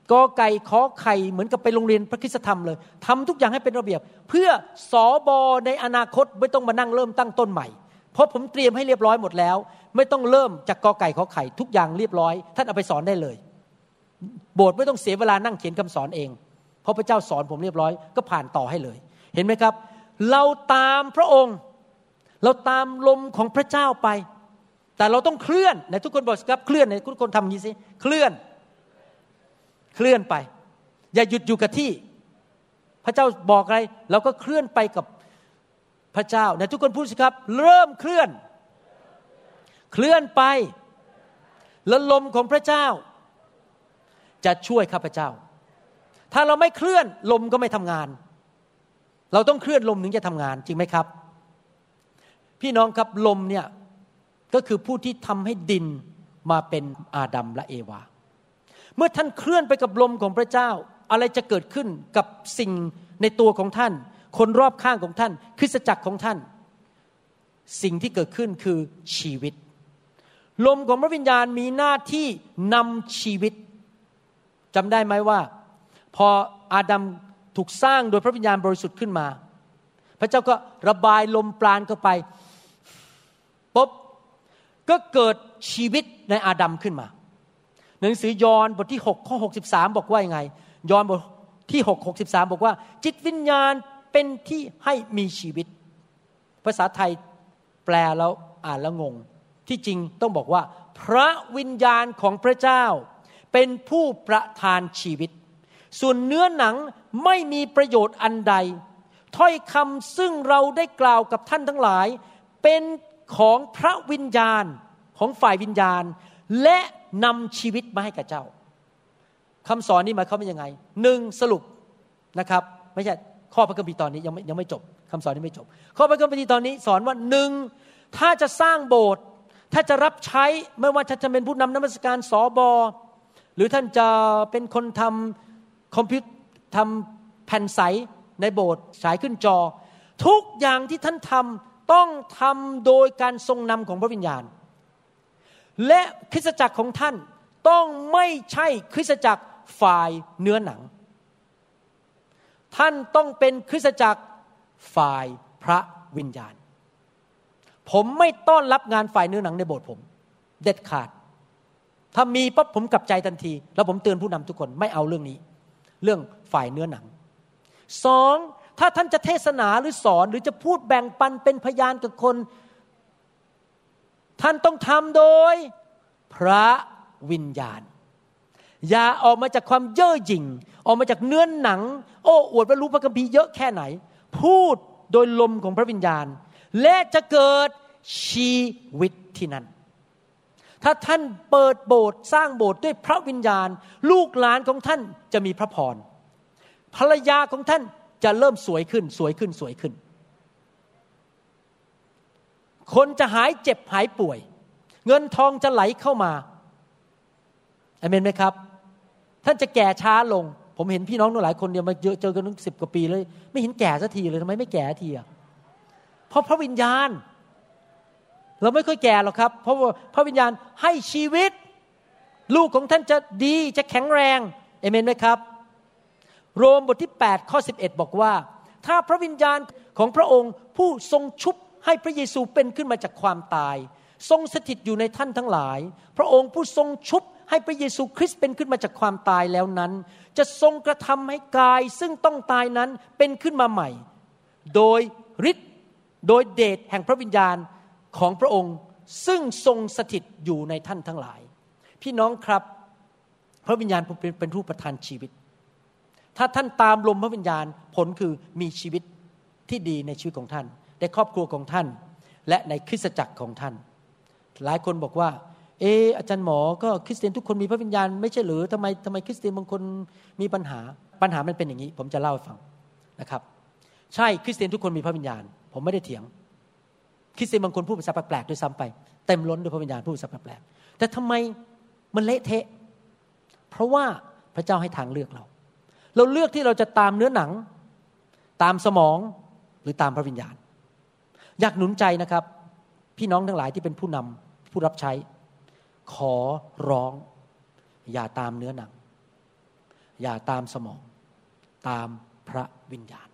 กอไก่ขอไข่เหมือนกับไปโรงเรียนพระคริสตธรรมเลยทำทุกอย่างให้เป็นระเบียบเพื่อสบในอนาคตไม่ต้องมานั่งเริ่มตั้งต้นใหม่เพราะผมเตรียมให้เรียบร้อยหมดแล้วไม่ต้องเริ่มจากกอไก่ขอไข่ทุกอย่างเรียบร้อยท่านเอาไปสอนได้เลยโบสถ์ไม่ต้องเสียเวลานั่งเขียนคำสอนเองเพราะพระเจ้าสอนผมเรียบร้อยก็ผ่านต่อให้เลยเห็นไหมครับเราตามพระองค์เราตามลมของพระเจ้าไปแต่เราต้องเคลื่อนในทุกคนบอกครับเคลื่อนในทุกคนทำอย่างนี้สิเคลื่อนไปอย่าหยุดอยู่กับที่พระเจ้าบอกอะไรเราก็เคลื่อนไปกับพระเจ้าในทุกคนพูดสิครับเริ่มเคลื่อนไปแล้วลมของพระเจ้าจะช่วยข้าพเจ้าถ้าเราไม่เคลื่อนลมก็ไม่ทำงานเราต้องเคลื่อนลมถึงจะทำงานจริงไหมครับพี่น้องครับลมเนี่ยก็คือผู้ที่ทำให้ดินมาเป็นอาดัมและเอวาเมื่อท่านเคลื่อนไปกับลมของพระเจ้าอะไรจะเกิดขึ้นกับสิ่งในตัวของท่านคนรอบข้างของท่านคริสตจักรของท่านสิ่งที่เกิดขึ้นคือชีวิตลมของพระวิญญาณมีหน้าที่นำชีวิตจำได้ไหมว่าพออาดัมถูกสร้างโดยพระวิญญาณบริสุทธิ์ขึ้นมาพระเจ้าก็ระบายลมปราณเข้าไปปุ๊บก็เกิดชีวิตในอาดัมขึ้นมาหนังสือยอห์นบทที่6ข้อ63บอกว่ายังไงยอห์นบทที่6 63บอกว่าจิตวิญญาณเป็นที่ให้มีชีวิตภาษาไทยแปลแล้วอ่านแล้วงงที่จริงต้องบอกว่าพระวิญญาณของพระเจ้าเป็นผู้ประทานชีวิตส่วนเนื้อหนังไม่มีประโยชน์อันใดถ้อยคำซึ่งเราได้กล่าวกับท่านทั้งหลายเป็นของพระวิญญาณของฝ่ายวิญญาณและนำชีวิตมาให้กับเจ้าคำสอนนี้หมายความว่ายังไง1สรุปนะครับไม่ใช่ข้อพระคัมภีร์ตอนนี้ยังไม่จบคำสอนนี้ไม่จบข้อพระคัมภีร์ตอนนี้สอนว่า1ถ้าจะสร้างโบสถ์ถ้าจะรับใช้ไม่ว่าจะเป็นผู้นำนมัสการสบหรือท่านจะเป็นคนทำคอมพิวเตอร์ทำแผ่นใสในโบสถ์ฉายขึ้นจอทุกอย่างที่ท่านทำต้องทำโดยการทรงนำของพระวิญญาณและคริสตจักรของท่านต้องไม่ใช่คริสตจักรฝ่ายเนื้อหนังท่านต้องเป็นคริสตจักรฝ่ายพระวิญญาณผมไม่ต้อนรับงานฝ่ายเนื้อหนังในโบสถ์ผมเด็ดขาดถ้ามีปั๊บผมกลับใจทันทีแล้วผมเตือนผู้นำทุกคนไม่เอาเรื่องนี้เรื่องฝ่ายเนื้อหนัง2ถ้าท่านจะเทศนาหรือสอนหรือจะพูดแบ่งปันเป็นพยานกับคนท่านต้องทำโดยพระวิญญาณอย่าออกมาจากความเย่อหยิ่งออกมาจากเนื้อหนังโอ้อวดว่ารู้พระคัมภีร์เยอะแค่ไหนพูดโดยลมของพระวิญญาณและจะเกิดชีวิตที่นั่นถ้าท่านเปิดโบสถ์สร้างโบสถ์ด้วยพระวิญญาณลูกหลานของท่านจะมีพระพรภรรยาของท่านจะเริ่มสวยขึ้นคนจะหายเจ็บหายป่วยเงินทองจะไหลเข้ามาอาเมนไหมครับท่านจะแก่ช้าลงผมเห็นพี่น้องหลายคนเนี่ยมาเจอกันตั้ง10 กว่าปีเลยไม่เห็นแก่สักทีเลยทำไมไม่แก่ทีอ่ะเพราะพระวิญญาณเราไม่ค่อยแก่หรอกครับเพราะว่าพระวิญญาณให้ชีวิตลูกของท่านจะดีจะแข็งแรงอาเมนไหมครับโรมบทที่8ข้อ11บอกว่าถ้าพระวิญญาณของพระองค์ผู้ทรงชุบให้พระเยซูเป็นขึ้นมาจากความตายทรงสถิตอยู่ในท่านทั้งหลายพระองค์ผู้ทรงชุบให้พระเยซูคริสต์เป็นขึ้นมาจากความตายแล้วนั้นจะทรงกระทำให้กายซึ่งต้องตายนั้นเป็นขึ้นมาใหม่โดยฤทธิ์โดยเดชแห่งพระวิญญาณของพระองค์ซึ่งทรงสถิตอยู่ในท่านทั้งหลายพี่น้องครับพระวิญญาณเป็นผู้ประทานชีวิตถ้าท่านตามลมพระวิญญาณผลคือมีชีวิตที่ดีในชีวิตของท่านในครอบครัวของท่านและในคริสตจักรของท่านหลายคนบอกว่าอาจารย์หมอก็คริสเตียนทุกคนมีพระวิญญาณไม่ใช่หรือทำไมคริสเตียนบางคนมีปัญหามันเป็นอย่างนี้ผมจะเล่าให้ฟังนะครับใช่คริสเตียนทุกคนมีพระวิญญาณผมไม่ได้เถียงคริสเตียนบางคนพูดภาษาแปลกๆด้วยซ้ำไปเต็มล้นด้วยพระวิญญาณพูดภาษาแปลกๆแต่ทำไมมันเละเทะเพราะว่าพระเจ้าให้ทางเลือกเราเลือกที่เราจะตามเนื้อหนังตามสมองหรือตามพระวิญญาณอยากหนุนใจนะครับพี่น้องทั้งหลายที่เป็นผู้นำผู้รับใช้ขอร้องอย่าตามเนื้อหนังอย่าตามสมองตามพระวิญญาณ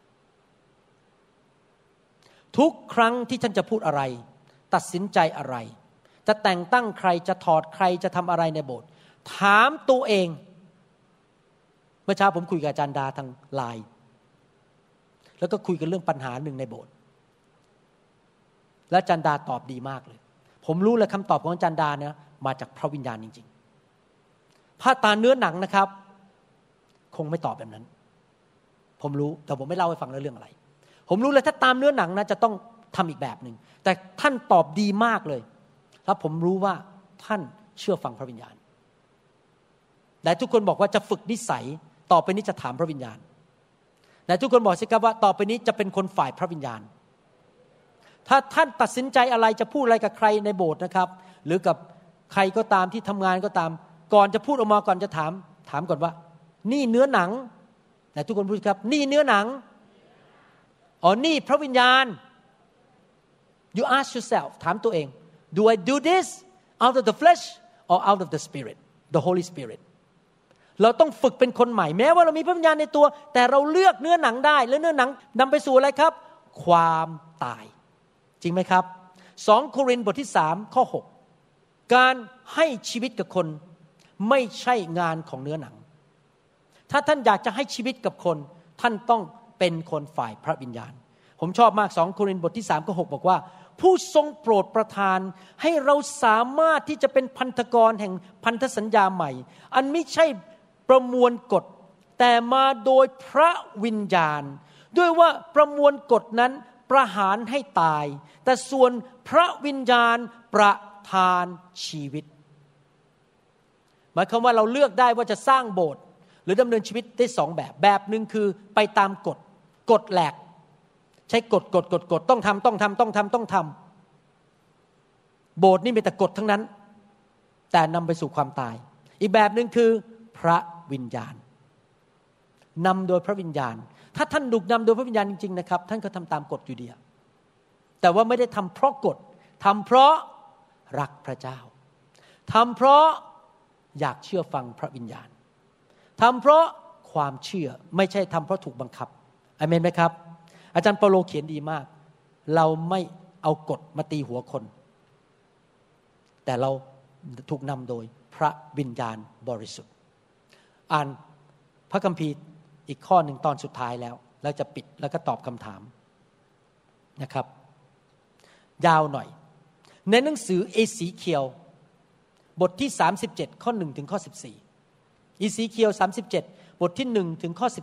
ทุกครั้งที่ท่านจะพูดอะไรตัดสินใจอะไรจะแต่งตั้งใครจะถอดใครจะทำอะไรในโบสถ์ถามตัวเองเมื่อเช้าผมคุยกับอาจารย์ดาทางไลน์แล้วก็คุยกันเรื่องปัญหาหนึ่งในโบสถ์และอาจารย์ดาตอบดีมากเลยผมรู้เลยคำตอบของอาจารย์ดาเนี่ยมาจากพระวิญญาณจริงๆถ้าตาเนื้อหนังนะครับคงไม่ตอบแบบนั้นผมรู้แต่ผมไม่เล่าให้ฟังเรื่องอะไรผมรู้เลยถ้าตามเนื้อหนังนะจะต้องทำอีกแบบหนึ่งแต่ท่านตอบดีมากเลยแล้วผมรู้ว่าท่านเชื่อฟังพระวิญญาณแต่ทุกคนบอกว่าจะฝึกนิสัยต่อไปนี้จะถามพระวิญญาณแต่ทุกคนบอกสิครับว่าต่อไปนี้จะเป็นคนฝ่ายพระวิญญาณถ้าท่านตัดสินใจอะไรจะพูดอะไรกับใครในโบสถ์นะครับหรือกับใครก็ตามที่ทำงานก็ตามก่อนจะพูดออกมาก่อนจะถามก่อนว่านี่เนื้อหนังแต่ทุกคนพูดครับนี่เนื้อหนังอ๋อนี่พระวิญญาณ you ask yourself ถามตัวเอง do I do this out of the flesh or out of the spirit the Holy Spirit เราต้องฝึกเป็นคนใหม่แม้ว่าเรามีพระวิญญาณในตัวแต่เราเลือกเนื้อหนังได้และเนื้อหนังนำไปสู่อะไรครับความตายจริงไหมครับ2โครินธ์บทที่3ข้อ6การให้ชีวิตกับคนไม่ใช่งานของเนื้อหนังถ้าท่านอยากจะให้ชีวิตกับคนท่านต้องเป็นคนฝ่ายพระวิญญาณผมชอบมาก2โครินธ์บทที่3ข้อ6บอกว่าผู้ทรงโปรดประทานให้เราสามารถที่จะเป็นพันธกรแห่งพันธสัญญาใหม่อันไม่ใช่ประมวลกฎแต่มาโดยพระวิญญาณด้วยว่าประมวลกฎนั้นประหารให้ตายแต่ส่วนพระวิญญาณประทานชีวิตหมายความว่าเราเลือกได้ว่าจะสร้างโบสถ์หรือดำเนินชีวิตได้2แบบนึงคือไปตามกฎแหลกใช้กฎต้องทำโบสถ์นี่มีแต่กฎทั้งนั้นแต่นำไปสู่ความตายอีกแบบนึงคือพระวิญญาณนำโดยพระวิญญาณถ้าท่านถูกนำโดยพระวิญญาณจริงๆนะครับท่านก็ทำตามกฎอยู่ดีแต่ว่าไม่ได้ทำเพราะกฎทำเพราะรักพระเจ้าทำเพราะอยากเชื่อฟังพระวิญญาณทำเพราะความเชื่อไม่ใช่ทำเพราะถูกบังคับอาเมนไหมครับอาจารย์เปาโลเขียนดีมากเราไม่เอากฎมาตีหัวคนแต่เราถูกนำโดยพระวิญญาณบริสุทธิ์อ่านพระคัมภีร์อีกข้อหนึ่งตอนสุดท้ายแล้วเราจะปิดแล้วก็ตอบคำถามนะครับยาวหน่อยในหนังสือเอสีเคียวบทที่37ข้อ1ถึงข้อ14เอสีเคียว37บทที่1ถึงข้อ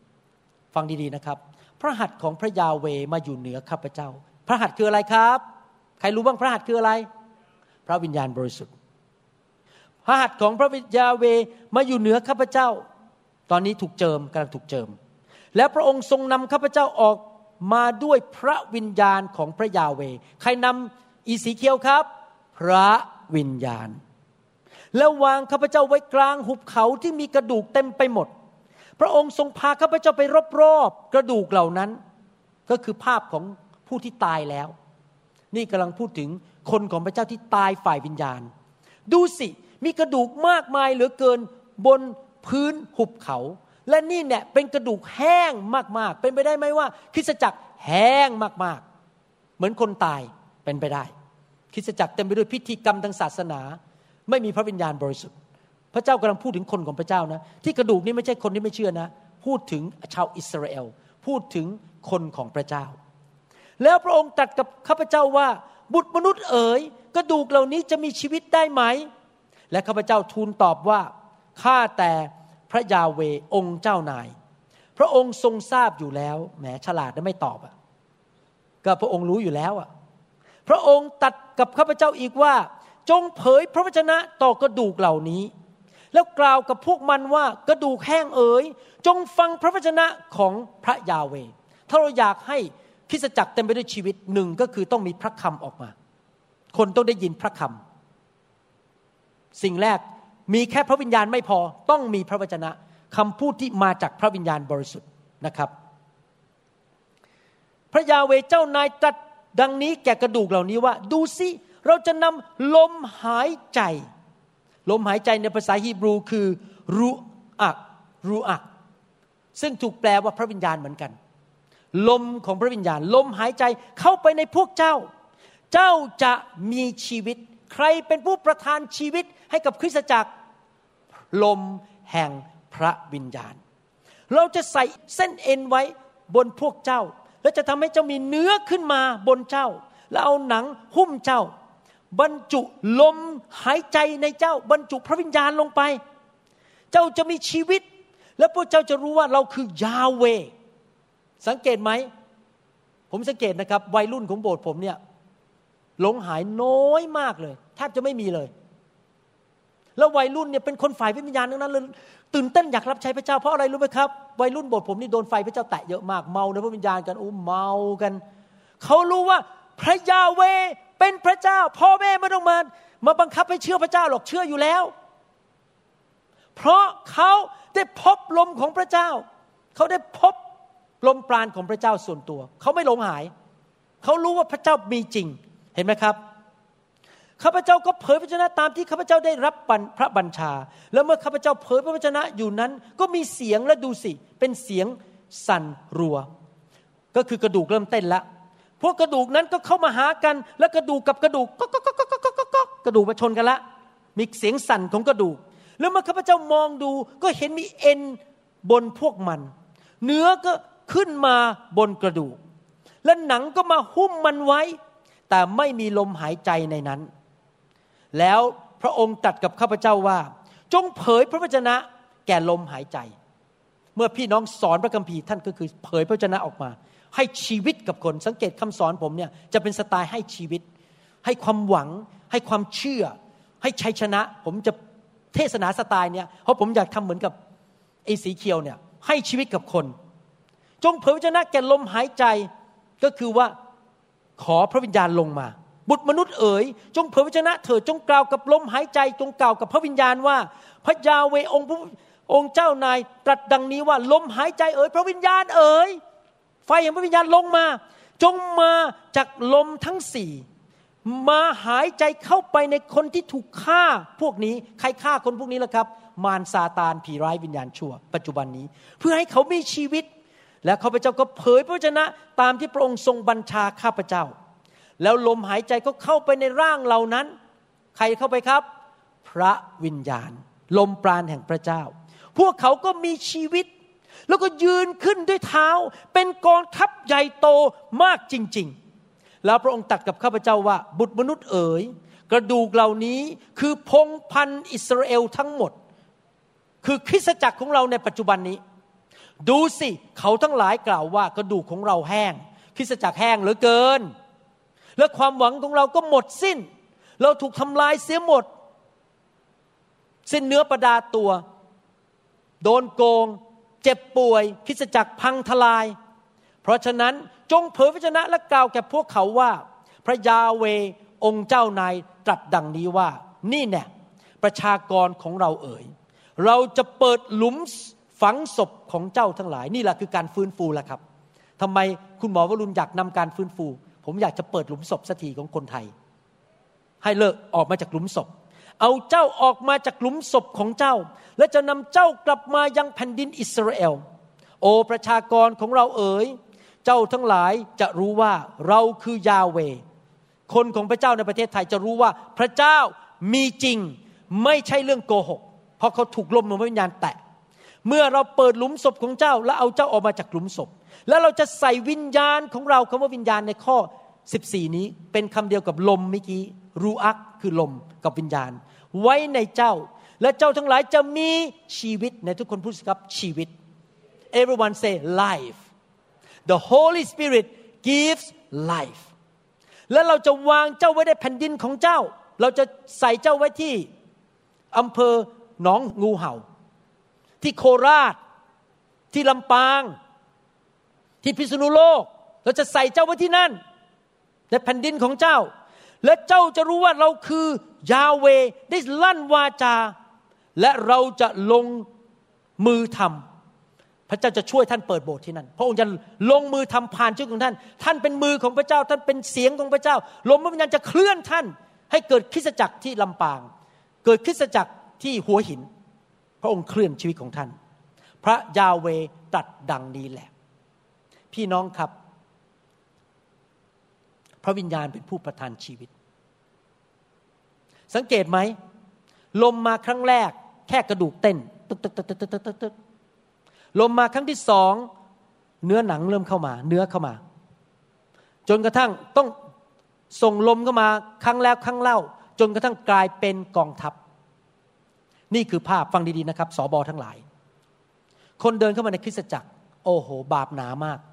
14ฟังดีๆนะครับพระหัตถ์ของพระยาเวห์มาอยู่เหนือข้าพเจ้าพระหัตถ์คืออะไรครับใครรู้บ้างพระหัตถ์คืออะไรพระวิญญาณบริสุทธิ์พระหัตถ์ของพระยาเวห์มาอยู่เหนือข้าพเจ้าตอนนี้ถูกเจิมกำลังถูกเจิมและพระองค์ทรงนำข้าพเจ้าออกมาด้วยพระวิญญาณของพระยาเวห์ใครนำอีสีเคียวครับพระวิญญาณแล้ววางข้าพเจ้าไว้กลางหุบเขาที่มีกระดูกเต็มไปหมดพระองค์ทรงพาข้าพเจ้าไปรอบๆกระดูกเหล่านั้นก็คือภาพของผู้ที่ตายแล้วนี่กำลังพูดถึงคนของพระเจ้าที่ตายฝ่ายวิญญาณดูสิมีกระดูกมากมายเหลือเกินบนพื้นหุบเขาและนี่เนี่ยเป็นกระดูกแห้งมากๆเป็นไปได้ไหมว่าคริสตจักรแห้งมากๆเหมือนคนตายเป็นไปได้คริสตจักรเต็มไปด้วยพิธีกรรมทางศาสนาไม่มีพระวิญญาณบริสุทธิ์พระเจ้ากำลังพูดถึงคนของพระเจ้านะที่กระดูกนี้ไม่ใช่คนที่ไม่เชื่อนะพูดถึงชาวอิสราเอลพูดถึงคนของพระเจ้าแล้วพระองค์ตรัสกับข้าพเจ้าว่าบุตรมนุษย์เอ๋ยกระดูกเหล่านี้จะมีชีวิตได้ไหมและข้าพเจ้าทูลตอบว่าข้าแต่พระยาเวห์องค์เจ้านายพระองค์ทรงทราบอยู่แล้วแหมฉลาดนะไม่ตอบก็พระองค์รู้อยู่แล้วพระองค์ตรัสกับข้าพเจ้าอีกว่าจงเผยพระวจนะต่อกระดูกเหล่านี้แล้วกล่าวกับพวกมันว่ากระดูกแห้งเอ๋ยจงฟังพระวจนะของพระยาเวห์ถ้าเราอยากให้คริสตจักรเต็มไปด้วยชีวิตหนึ่งก็คือต้องมีพระคำออกมาคนต้องได้ยินพระคำสิ่งแรกมีแค่พระวิญญาณไม่พอต้องมีพระวจนะคำพูดที่มาจากพระวิญญาณบริสุทธิ์นะครับพระยาเวห์เจ้านายตรัสดังนี้แก่กระดูกเหล่านี้ว่าดูสิเราจะนำลมหายใจในภาษาฮีบรูคือรูอักซึ่งถูกแปลว่าพระวิญญาณเหมือนกันลมของพระวิญญาณลมหายใจเข้าไปในพวกเจ้าเจ้าจะมีชีวิตใครเป็นผู้ประทานชีวิตให้กับคริสตจักรลมแห่งพระวิญญาณเราจะใส่เส้นเอ็นไว้บนพวกเจ้าและจะทำให้เจ้ามีเนื้อขึ้นมาบนเจ้าแล้วเอาหนังหุ้มเจ้าบรรจุลมหายใจในเจ้าบรรจุพระวิญญาณลงไปเจ้าจะมีชีวิตและพวกเจ้าจะรู้ว่าเราคือยาเวห์สังเกตไหมผมสังเกตนะครับวัยรุ่นของโบสถ์ผมเนี่ยหลงหายน้อยมากเลยแทบจะไม่มีเลยแล้ววัยรุ่นเนี่ยเป็นคนฝ่ายวิญญาณทั้งนั้นเลยตื่นเต้นอยากรับใช้พระเจ้าเพราะอะไรรู้ไหมครับวัยรุ่นโบสถ์ผมนี่โดนไฟพระเจ้าแตะเยอะมากเมาในพระวิญญาณกันเมากันเขารู้ว่าพระยาเวห์เป็นพระเจ้าพ่อแม่ไม่ต้องมาบังคับให้เชื่อพระเจ้าหรอกเชื่ออยู่แล้วเพราะเขาได้พบลมของพระเจ้าเขาได้พบลมปราณของพระเจ้าส่วนตัวเขาไม่หลงหายเขารู้ว่าพระเจ้ามีจริงเห็นไหมครับข้าพเจ้าก็เผยพระวจนะตามที่ข้าพเจ้าได้รับพระบัญชาแล้วเมื่อข้าพเจ้าเผยพระวจนะอยู่นั้นก็มีเสียงและดูสิเป็นเสียงสั่นรัวก็คือกระดูกเริ่มเต้นแล้วพวกกระดูกนั้นก็เข้ามาหากันแล้วกระดูกกับกระดูกก็กระดูกมาชนกันละมีเสียงสั่นของกระดูกแล้วเมื่อข้าพเจ้ามองดูก็เห็นมีเอ็นบนพวกมันเนื้อก็ขึ้นมาบนกระดูกและหนังก็มาหุ้มมันไว้แต่ไม่มีลมหายใจในนั้นแล้วพระองค์ตรัสกับข้าพเจ้าว่าจงเผยพระวจนะแก่ลมหายใจเมื่อพี่น้องสอนพระคัมภีร์ท่านก็คือเผยพระวจนะออกมาให้ชีวิตกับคนสังเกตคำสอนผมเนี่ยจะเป็นสไตล์ให้ชีวิตให้ความหวังให้ความเชื่อให้ชัยชนะผมจะเทศนาสไตล์เนี่ยเพราะผมอยากทำเหมือนกับไอ้สีเขียวเนี่ยให้ชีวิตกับคนจงเผยพระวจนะแก่ลมหายใจก็คือว่าขอพระวิญญาณลงมาบุตรมนุษย์เอ๋ยจงเผยพระวจนะเถิดจงกล่าวกับลมหายใจจงกล่าวกับพระวิญญาณว่าพระยาเวห์องค์เจ้านายตรัสดังนี้ว่าลมหายใจเอ๋ยพระวิญญาณเอ๋ยไฟแห่งพระวิญญาณลงมาจงมาจากลมทั้งสี่มาหายใจเข้าไปในคนที่ถูกฆ่าพวกนี้ใครฆ่าคนพวกนี้ล่ะครับมารซาตานผีร้ายวิญญาณชั่วปัจจุบันนี้เพื่อให้เขามีชีวิตและข้าพเจ้าก็เผยพระวจนะตามที่พระองค์ทรงบัญชาข้าพเจ้าแล้วลมหายใจก็เข้าไปในร่างเหล่านั้นใครเข้าไปครับพระวิญญาณลมปราณแห่งพระเจ้าพวกเขาก็มีชีวิตแล้วก็ยืนขึ้นด้วยเท้าเป็นกองทัพใหญ่โตมากจริงๆแล้วพระองค์ตรัสกับข้าพเจ้าว่าบุตรมนุษย์เอ๋ยกระดูกเหล่านี้คือพงศ์พันธุ์อิสราเอลทั้งหมดคือคริสตจักรของเราในปัจจุบันนี้ดูสิเขาทั้งหลายกล่าวว่ากระดูกของเราแห้งคริสตจักรแห้งเหลือเกินและความหวังของเราก็หมดสิ้นเราถูกทำลายเสียหมดสิ้นเนื้อประดาตัวโดนโกงเจ็บป่วยคริสตจักรพังทลายเพราะฉะนั้นจงเผยพระวจนะและกล่าวแก่พวกเขาว่าพระยาเวห์องค์เจ้านายตรัสดังนี้ว่านี่แน่ประชากรของเราเอ๋ยเราจะเปิดหลุมฝังศพของเจ้าทั้งหลายนี่แหละคือการฟื้นฟูล่ะครับทำไมคุณหมอวรุณอยากนำการฟื้นฟูผมอยากจะเปิดหลุมศพสักทีของคนไทยให้เลิกออกมาจากหลุมศพเอาเจ้าออกมาจากหลุมศพของเจ้าและจะนำเจ้ากลับมายังแผ่นดินอิสราเอลโอประชากรของเราเอ๋ยเจ้าทั้งหลายจะรู้ว่าเราคือยาเวห์คนของพระเจ้าในประเทศไทยจะรู้ว่าพระเจ้ามีจริงไม่ใช่เรื่องโกหกเพราะเขาถูกลมของพระวิญญาณแตะเมื่อเราเปิดหลุมศพของเจ้าและเอาเจ้าออกมาจากหลุมศพแล้วเราจะใส่วิญญาณของเราคำว่าวิญญาณในข้อ14นี้เป็นคำเดียวกับลมเมื่อกี้รูอักคือลมกับวิญญาณไว้ในเจ้าและเจ้าทั้งหลายจะมีชีวิตในทุกคนพูดสิครับชีวิต everyone say life the Holy Spirit gives life และเราจะวางเจ้าไว้ในแผ่นดินของเจ้าเราจะใส่เจ้าไว้ที่อำเภอหนองงูเห่าที่โคราชที่ลำปางที่พิษณุโลกเราจะใส่เจ้าไว้ที่นั่นในแผ่นดินของเจ้าและเจ้าจะรู้ว่าเราคือยาเวห์ได้ลั่นวาจาและเราจะลงมือทำพระเจ้าจะช่วยท่านเปิดโบสถ์ที่นั่นพระองค์จะลงมือทำผ่านชีวิตของท่านท่านเป็นมือของพระเจ้าท่านเป็นเสียงของพระเจ้าลมพระวิญญาณจะเคลื่อนท่านให้เกิดคริสตจักรที่ลำปางเกิดคริสตจักรที่หัวหินพระองค์เคลื่อนชีวิตของท่านพพระยาเวห์ตรัสดังนี้แหละพี่น้องครับพระวิญญาณเป็นผู้ประทานชีวิตสังเกตไหมลมมาครั้งแรกแค่กระดูกเต้นตึกตึกตึกตึกตึกตึกตึกลมมาครั้งที่สองเนื้อหนังเริ่มเข้ามาเนื้อเข้ามาจนกระทั่งต้องส่งลมเข้ามาครั้งแล้วครั้งเล่าจนกระทั่งกลายเป็นกองทัพนี่คือภาพฟังดีๆนะครับสบทั้งหลายคนเดินเข้ามาในคริสตจักรโอ้โหบาปหนามาก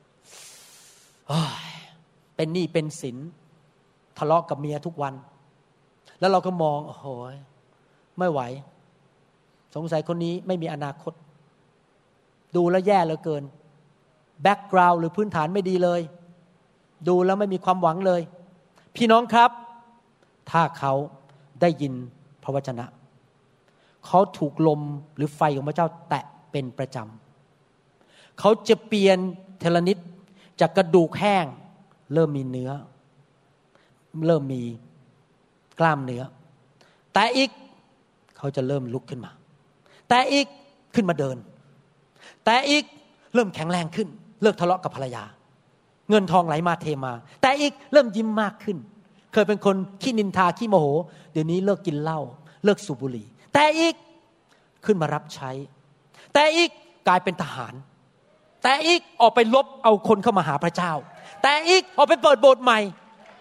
เป็นหนี้เป็นสินทะเลาะกับเมียทุกวันแล้วเราก็มองโอ้โหไม่ไหวสงสัยคนนี้ไม่มีอนาคตดูแล้วแย่เหลือเกินแบ็กกราวด์หรือพื้นฐานไม่ดีเลยดูแล้วไม่มีความหวังเลยพี่น้องครับถ้าเขาได้ยินพระวจนะเขาถูกลมหรือไฟของพระเจ้าแตะเป็นประจำเขาจะเปลี่ยนเทละนิดจากกระดูกแห้งเริ่มมีเนื้อเริ่มมีกล้ามเนื้อแต่อีกเขาจะเริ่มลุกขึ้นมาแต่อีกขึ้นมาเดินแต่อีกเริ่มแข็งแรงขึ้นเลิกทะเลาะกับภรรยาเงินทองไหลมาเทมาแต่อีกเริ่มยิ้มมากขึ้นเคยเป็นคนขี้นินทาขี้โมโหเดี๋ยวนี้เลิกกินเหล้าเลิกสูบบุหรี่แต่อีกขึ้นมารับใช้แต่อีกกลายเป็นทหารแต่อีกออกไปลบเอาคนเข้ามาหาพระเจ้าแต่อีกออกไปเปิดโบสถ์ใหม่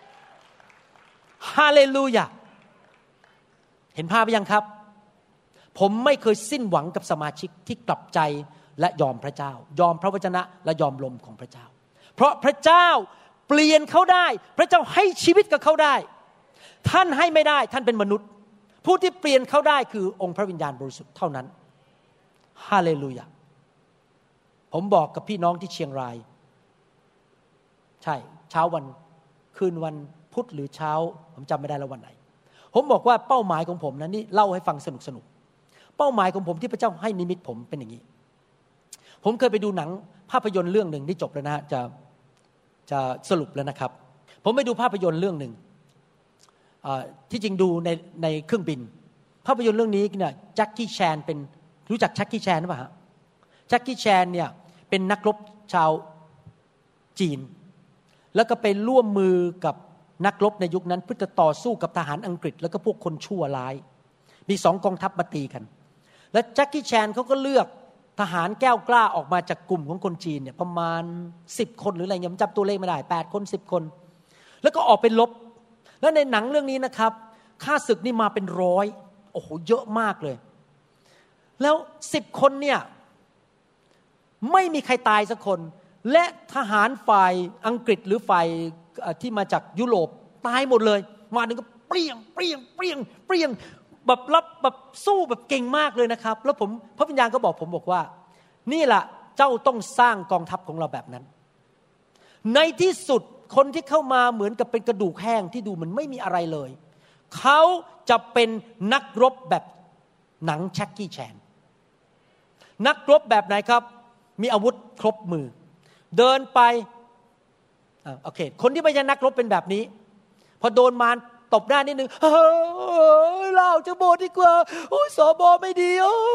ฮาเลลูยาเห็นภาพหรือยังครับผมไม่เคยสิ้นหวังกับสมาชิกที่กลับใจและยอมพระเจ้ายอมพระวจนะและยอมลมของพระเจ้าเพราะพระเจ้าเปลี่ยนเขาได้พระเจ้าให้ชีวิตกับเขาได้ท่านให้ไม่ได้ท่านเป็นมนุษย์ผู้ที่เปลี่ยนเขาได้คือองค์พระวิญญาณบริสุทธิ์เท่านั้นฮาเลลูยาผมบอกกับพี่น้องที่เชียงรายใช่เช้าวันคืนวันพุธหรือเช้าผมจำไม่ได้แล้ววันไหนผมบอกว่าเป้าหมายของผมนะนี่เล่าให้ฟังสนุกเป้าหมายของผมที่พระเจ้าให้นิมิตผมเป็นอย่างนี้ผมเคยไปดูหนังภาพยนตร์เรื่องหนึ่งที่จบแล้วนะฮะจะสรุปแล้วนะครับผมไปดูภาพยนตร์เรื่องหนึ่งที่จริงดูในเครื่องบินภาพยนตร์เรื่องนี้เนี่ยแจ็คกี้แชนเป็นรู้จักแจ็คกี้แชนหรือเปล่าฮะแจ็คกี้แชนเนี่ยเป็นนักรบชาวจีนแล้วก็ไปร่วมมือกับนักรบในยุคนั้นเพื่อจะต่อสู้กับทหารอังกฤษแล้วก็พวกคนชั่วร้ายมี2กองทัพมาตีกันแล้วแจ็คกี้แชนเขาก็เลือกทหารแก้วกล้าออกมาจากกลุ่มของคนจีนเนี่ยประมาณ10คนหรืออะไรยังจำตัวเลขไม่ได้8คน10คนแล้วก็ออกไปรบแล้วในหนังเรื่องนี้นะครับข้าศึกนี่มาเป็น100โอ้โหเยอะมากเลยแล้ว10คนเนี่ยไม่มีใครตายสักคนและทหารฝ่ายอังกฤษหรือฝ่ายที่มาจากยุโรปตายหมดเลยมาหนึ่งก็เปรี้ยงแบบรับแบบสู้แบบเก่งมากเลยนะครับแล้วผมพระวิญญาณก็บอกผมบอกว่านี่แหละเจ้าต้องสร้างกองทัพของเราแบบนั้นในที่สุดคนที่เข้ามาเหมือนกับเป็นกระดูกแห้งที่ดูมันไม่มีอะไรเลยเขาจะเป็นนักรบแบบหนังแจ็คกี้แชนนักรบแบบไหนครับมีอาวุธครบมือเดินไปโอเคคนที่ไม่ใช่นักรบเป็นแบบนี้พอโดนมารตบหน้านิดนึงเราจะโบสถ์ดีกว่าโอ้ยสบไม่ดี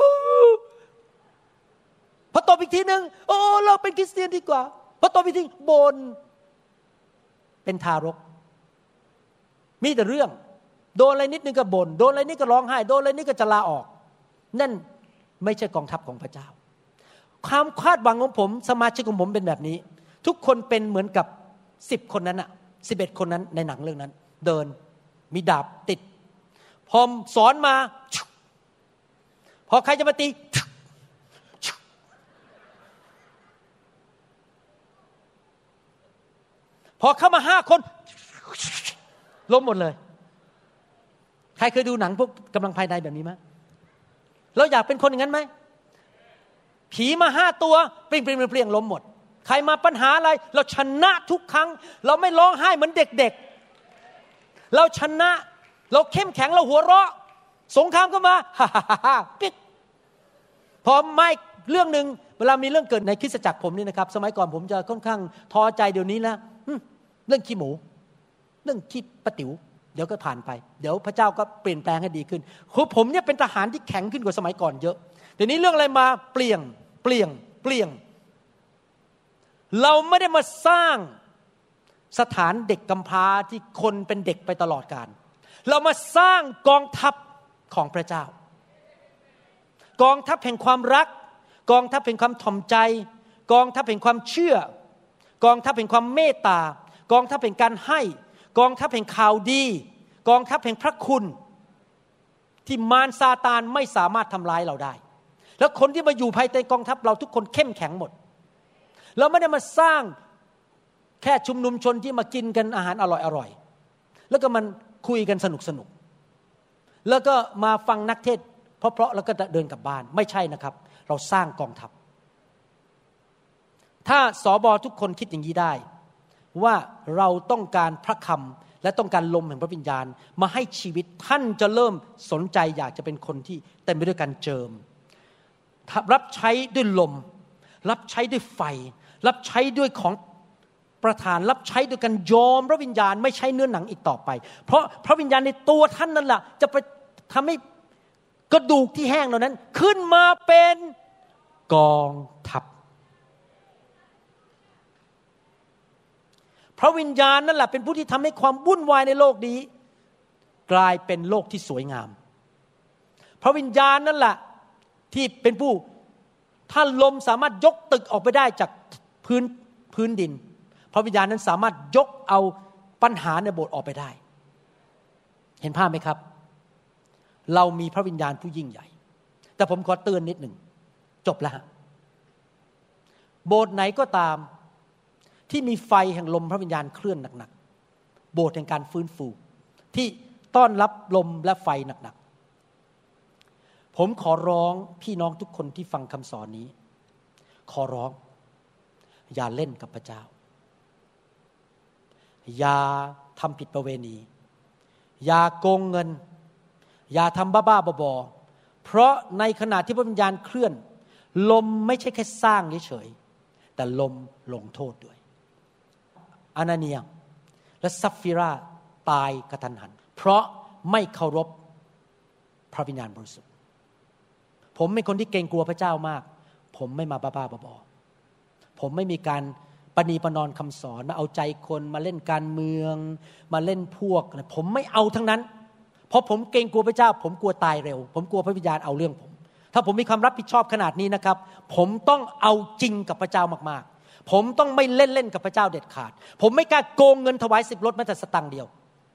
พอตบอีกทีนึงโอ้เราเป็นคริสเตียนดีกว่าพอตบอีกทีบ่นเป็นทารกมีแต่เรื่องโดนอะไรนิดนึงก็บ่นโดนอะไรนิดก็ร้องไห้โดนอะไรนิดก็จะลาออกนั่นไม่ใช่กองทัพของพระเจ้าความคาดหวังของผมสมาชิกของผมเป็นแบบนี้ทุกคนเป็นเหมือนกับ10คนนั้นน่ะ11คนนั้นในหนังเรื่องนั้นเดินมีดาบติดพอสอนมาพอใครจะมาตีพอเข้ามา5คนล้มหมดเลยใครเคยดูหนังพวกกำลังภายในแบบนี้ไหมเราอยากเป็นคนอย่างนั้นไหมผีมา5ตัวเปรี้ยงล้มหมดใครมาปัญหาอะไรเราชนะทุกครั้งเราไม่ร้องไห้เหมือนเด็กๆเราชนะเราเข้มแข็งเราหัวเราะสงครามก็มาฮ่าปิดพอไม่เรื่องนึงเวลามีเรื่องเกิดในคริสตจักรผมนี่นะครับสมัยก่อนผมจะค่อนข้างท้อใจเดี๋ยวนี้นะเรื่องขี้หมูเรื่องขี้ปะติ๋วเดี๋ยวก็ผ่านไปเดี๋ยวพระเจ้าก็เปลี่ยนแปลงให้ดีขึ้นคือผมเนี่ยเป็นทหารที่แข็งขึ้นกว่าสมัยก่อนเยอะเดี๋ยวนี้เรื่องอะไรมาเปลี่ยงเปลี่ยงเราไม่ได้มาสร้างสถานเด็กกำพร้าที่คนเป็นเด็กไปตลอดกาลเรามาสร้างกองทัพของพระเจ้ากองทัพแห่งความรักกองทัพแห่งความถ่อมใจกองทัพแห่งความเชื่อกองทัพแห่งความเมตตากองทัพแห่งการให้กองทัพแห่งข่าวดีกองทัพแห่งพระคุณที่มารซาตานไม่สามารถทำร้ายเราได้แล้วคนที่มาอยู่ภายใต้กองทัพเราทุกคนเข้มแข็งหมดเราไม่ได้มาสร้างแค่ชุมนุมชนที่มากินกันอาหารอร่อยๆแล้วก็มันคุยกันสนุกแล้วก็มาฟังนักเทศน์เพราะๆแล้วก็เดินกลับบ้านไม่ใช่นะครับเราสร้างกองทัพถ้าสบทุกคนคิดอย่างนี้ได้ว่าเราต้องการพระคำและต้องการลมแห่งพระวิญญาณมาให้ชีวิตท่านจะเริ่มสนใจอยากจะเป็นคนที่เต็มไปด้วยการเจิมรับใช้ด้วยลมรับใช้ด้วยไฟรับใช้ด้วยของประทานรับใช้ด้วยการยอมพระวิญญาณไม่ใช่เนื้อหนังอีกต่อไปเพราะพระวิญญาณในตัวท่านนั่นแหละจะไปทำให้กระดูกที่แห้งเหล่านั้นขึ้นมาเป็นกองทัพพระวิญญาณนั่นแหละเป็นผู้ที่ทำให้ความวุ่นวายในโลกนี้กลายเป็นโลกที่สวยงามพระวิญญาณนั่นแหละที่เป็นผู้ถ้าลมสามารถยกตึกออกไปได้จากพื้นดินพระวิญญาณนั้นสามารถยกเอาปัญหาในโบสถ์ออกไปได้เห็นภาพไหมครับเรามีพระวิญญาณผู้ยิ่งใหญ่แต่ผมขอเตือนนิดหนึ่งจบแล้วโบสถ์ไหนก็ตามที่มีไฟแห่งลมพระวิญญาณเคลื่อนหนักๆโบสถ์แห่งการฟื้นฟูที่ต้อนรับลมและไฟหนักๆผมขอร้องพี่น้องทุกคนที่ฟังคำสอนนี้ขอร้องอย่าเล่นกับพระเจ้าอย่าทำผิดประเวณีอย่าโกงเงินอย่าทำบ้าๆบอๆเพราะในขณะที่พระวิญญาณเคลื่อนลมไม่ใช่แค่สร้างเฉยๆแต่ลมลงโทษด้วยอานาเนียและซัฟฟิราตายกระทันหันเพราะไม่เคารพพระวิญญาณบริสุทธิ์ผมเป็นคนที่เกรงกลัวพระเจ้ามากผมไม่มาบ้าๆบอๆผมไม่มีการประนีประนอมคำสอนมาเอาใจคนมาเล่นการเมืองมาเล่นพวกผมไม่เอาทั้งนั้นเพราะผมเกรงกลัวพระเจ้าผมกลัวตายเร็วผมกลัวพระวิญญาณเอาเรื่องผมถ้าผมมีความรับผิดชอบขนาดนี้นะครับผมต้องเอาจริงกับพระเจ้ามากๆผมต้องไม่เล่นกับพระเจ้าเด็ดขาดผมไม่กล้าโกงเงินถวาย10 รถแม้แต่สตางค์เดียว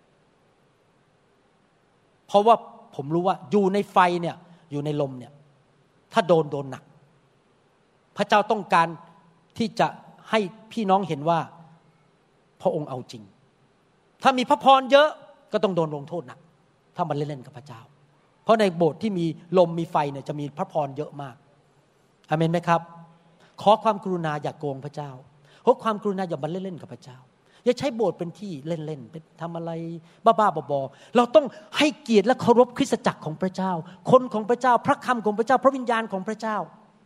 เพราะว่าผมรู้ว่าอยู่ในไฟเนี่ยอยู่ในลมเนี่ยถ้าโดนหนักพระเจ้าต้องการที่จะให้พี่น้องเห็นว่าพระองค์เอาจริงถ้ามีพระพรเยอะก็ต้องโดนลงโทษหนักถ้ามันเล่นกับพระเจ้าเพราะในโบสถ์ที่มีลมมีไฟเนี่ยจะมีพระพรเยอะมากอาเมนไหมครับขอความกรุณาอย่าโกงพระเจ้าขอความกรุณาอย่ามาเล่นกับพระเจ้าอย่าใช้โบสถ์เป็นที่เล่นเป็นทำอะไรบ้าๆบอๆเราต้องให้เกียรติและเคารพคริสตจักรของพระเจ้าคนของพระเจ้าพระคำของพระเจ้าพระวิญญาณของพระเจ้า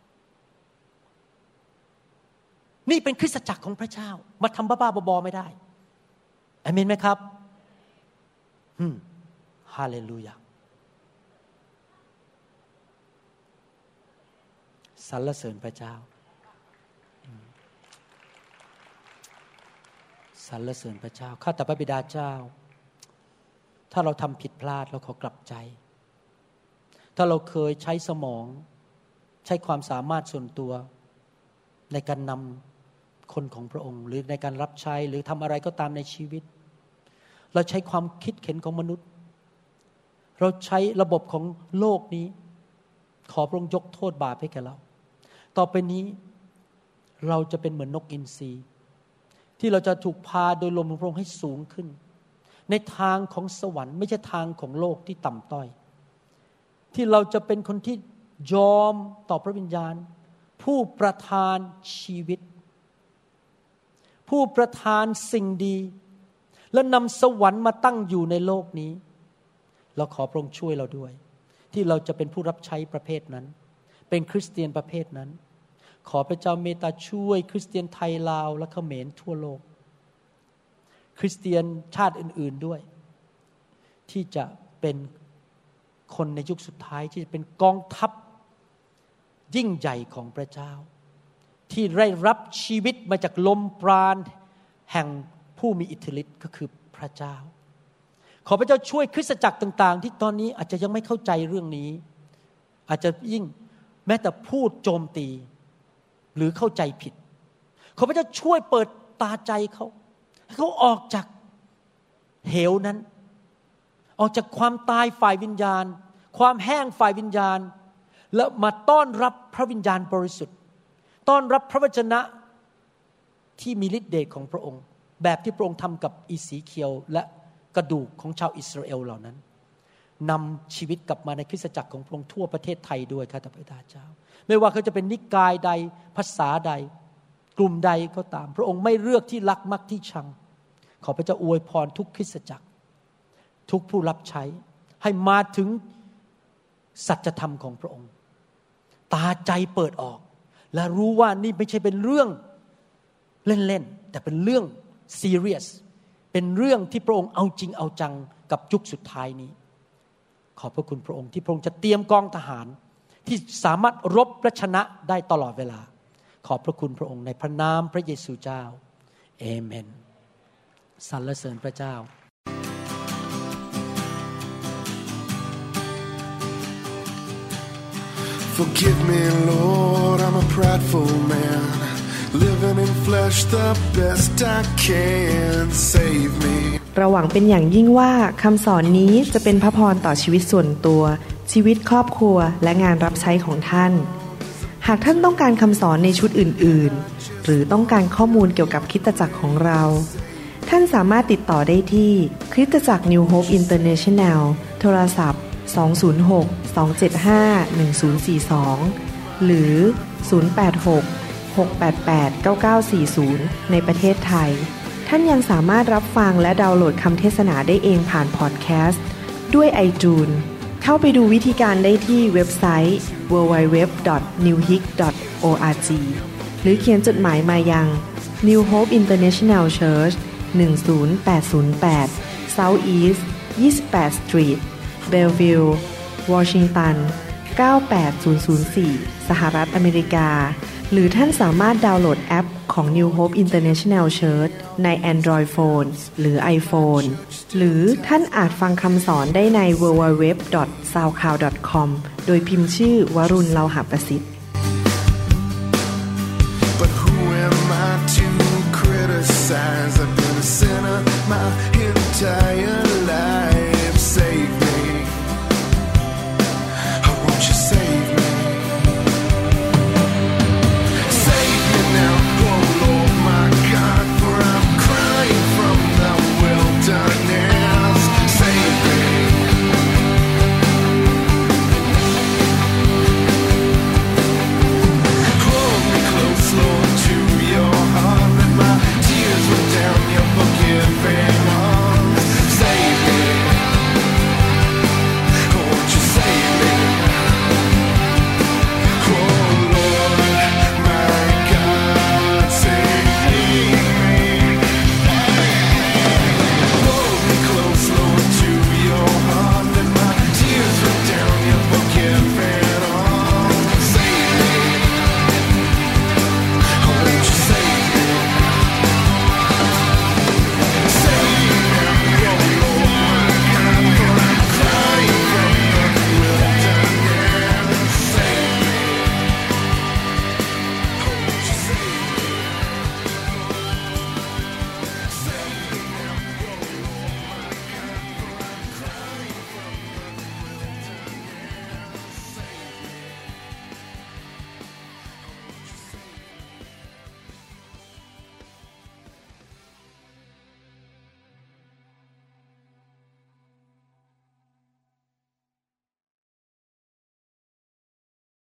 นี่เป็นคริสตจักรของพระเจ้ามาทำบ้าๆบอๆไม่ได้อาเมนไหมครับฮาเลลูยาสรรเสริญพระเจ้าสรรเสริญพระเจ้าข้าแต่พระบิดาเจ้าถ้าเราทำผิดพลาดเราขอกลับใจถ้าเราเคยใช้สมองใช้ความสามารถส่วนตัวในการนำคนของพระองค์หรือในการรับใช้หรือทำอะไรก็ตามในชีวิตเราใช้ความคิดเห็นของมนุษย์เราใช้ระบบของโลกนี้ขอพระองค์ยกโทษบาปให้แก่เราต่อไปนี้เราจะเป็นเหมือนนกอินทรีที่เราจะถูกพาโดยลมของพระองค์ให้สูงขึ้นในทางของสวรรค์ไม่ใช่ทางของโลกที่ต่ำต้อยที่เราจะเป็นคนที่ยอมต่อพระวิญญาณผู้ประทานชีวิตผู้ประทานสิ่งดีและนำสวรรค์มาตั้งอยู่ในโลกนี้เราขอพระองค์ช่วยเราด้วยที่เราจะเป็นผู้รับใช้ประเภทนั้นเป็นคริสเตียนประเภทนั้นขอพระเจ้าเมตตาช่วยคริสเตียนไทยลาวและเขมรทั่วโลกคริสเตียนชาติอื่นๆด้วยที่จะเป็นคนในยุคสุดท้ายที่จะเป็นกองทัพยิ่งใหญ่ของพระเจ้าที่ได้รับชีวิตมาจากลมปราณแห่งผู้มีอิทธิฤทธิ์ก็คือพระเจ้าขอพระเจ้าช่วยคริสตจักรต่างๆที่ตอนนี้อาจจะยังไม่เข้าใจเรื่องนี้อาจจะยิ่งแม้แต่พูดโจมตีหรือเข้าใจผิดขอพระเจ้าช่วยเปิดตาใจเขาให้เขาออกจากเหวนั้นออกจากความตายฝ่ายวิญญาณความแห้งฝ่ายวิญญาณแล้วมาต้อนรับพระวิญญาณบริสุทธิ์ต้อนรับพระวจนะที่มีฤทธิ์เดชของพระองค์แบบที่พระองค์ทำกับอีสีเคียวและกระดูกของชาวอิสราเอลเหล่านั้นนำชีวิตกลับมาในคริสตจักรของพระองค์ทั่วประเทศไทยด้วยข้าแต่พระเจ้าไม่ว่าเขาจะเป็นนิกายใดภาษาใดกลุ่มใดก็ตามพระองค์ไม่เลือกที่รักมักที่ชังขอพระเจ้าอวยพรทุกคริสตจักรทุกผู้รับใช้ให้มาถึงสัจธรรมของพระองค์ตาใจเปิดออกและรู้ว่านี่ไม่ใช่เป็นเรื่องเล่นๆแต่เป็นเรื่องซีเรียสเป็นเรื่องที่พระองค์เอาจริงเอาจังกับยุคสุดท้ายนี้ขอบพระคุณพระองค์ที่พระองค์จะเตรียมกองทหารที่สามารถรบและชนะได้ตลอดเวลาขอบพระคุณพระองค์ในพระนามพระเยซูเจ้าเอเมนสรรเสริญพระเจ้า Forgive me, Lord, I'm a prideful man, living in flesh the best I can. Save me. เราหวังเป็นอย่างยิ่งว่าคำสอนนี้จะเป็นพระพรต่อชีวิตส่วนตัวชีวิตครอบครัวและงานรับใช้ของท่านหากท่านต้องการคำสอนในชุดอื่นๆหรือต้องการข้อมูลเกี่ยวกับคริสตจักรของเราท่านสามารถติดต่อได้ที่คริสตจักร New Hope International โทรศัพท์206-275-1042 หรือ 086-688-9940 ในประเทศไทยท่านยังสามารถรับฟังและดาวน์โหลดคำเทศนาได้เองผ่านพอดแคสต์ด้วย iTunes เข้าไปดูวิธีการได้ที่เว็บไซต์ www.newhope.org หรือเขียนจดหมายมายัง New Hope International Church 10808 South East 28th Street Bellevue Washington 98004 สหรัฐอเมริกาหรือท่านสามารถดาวน์โหลดแอปของ New Hope International Church ใน Android Phone หรือ iPhone หรือท่านอาจฟังคำสอนได้ใน www.soundcloud.com โดยพิมพ์ชื่อวรุณ เลาหะประสิทธิ์ But who am I to criticize? I've been a sinner my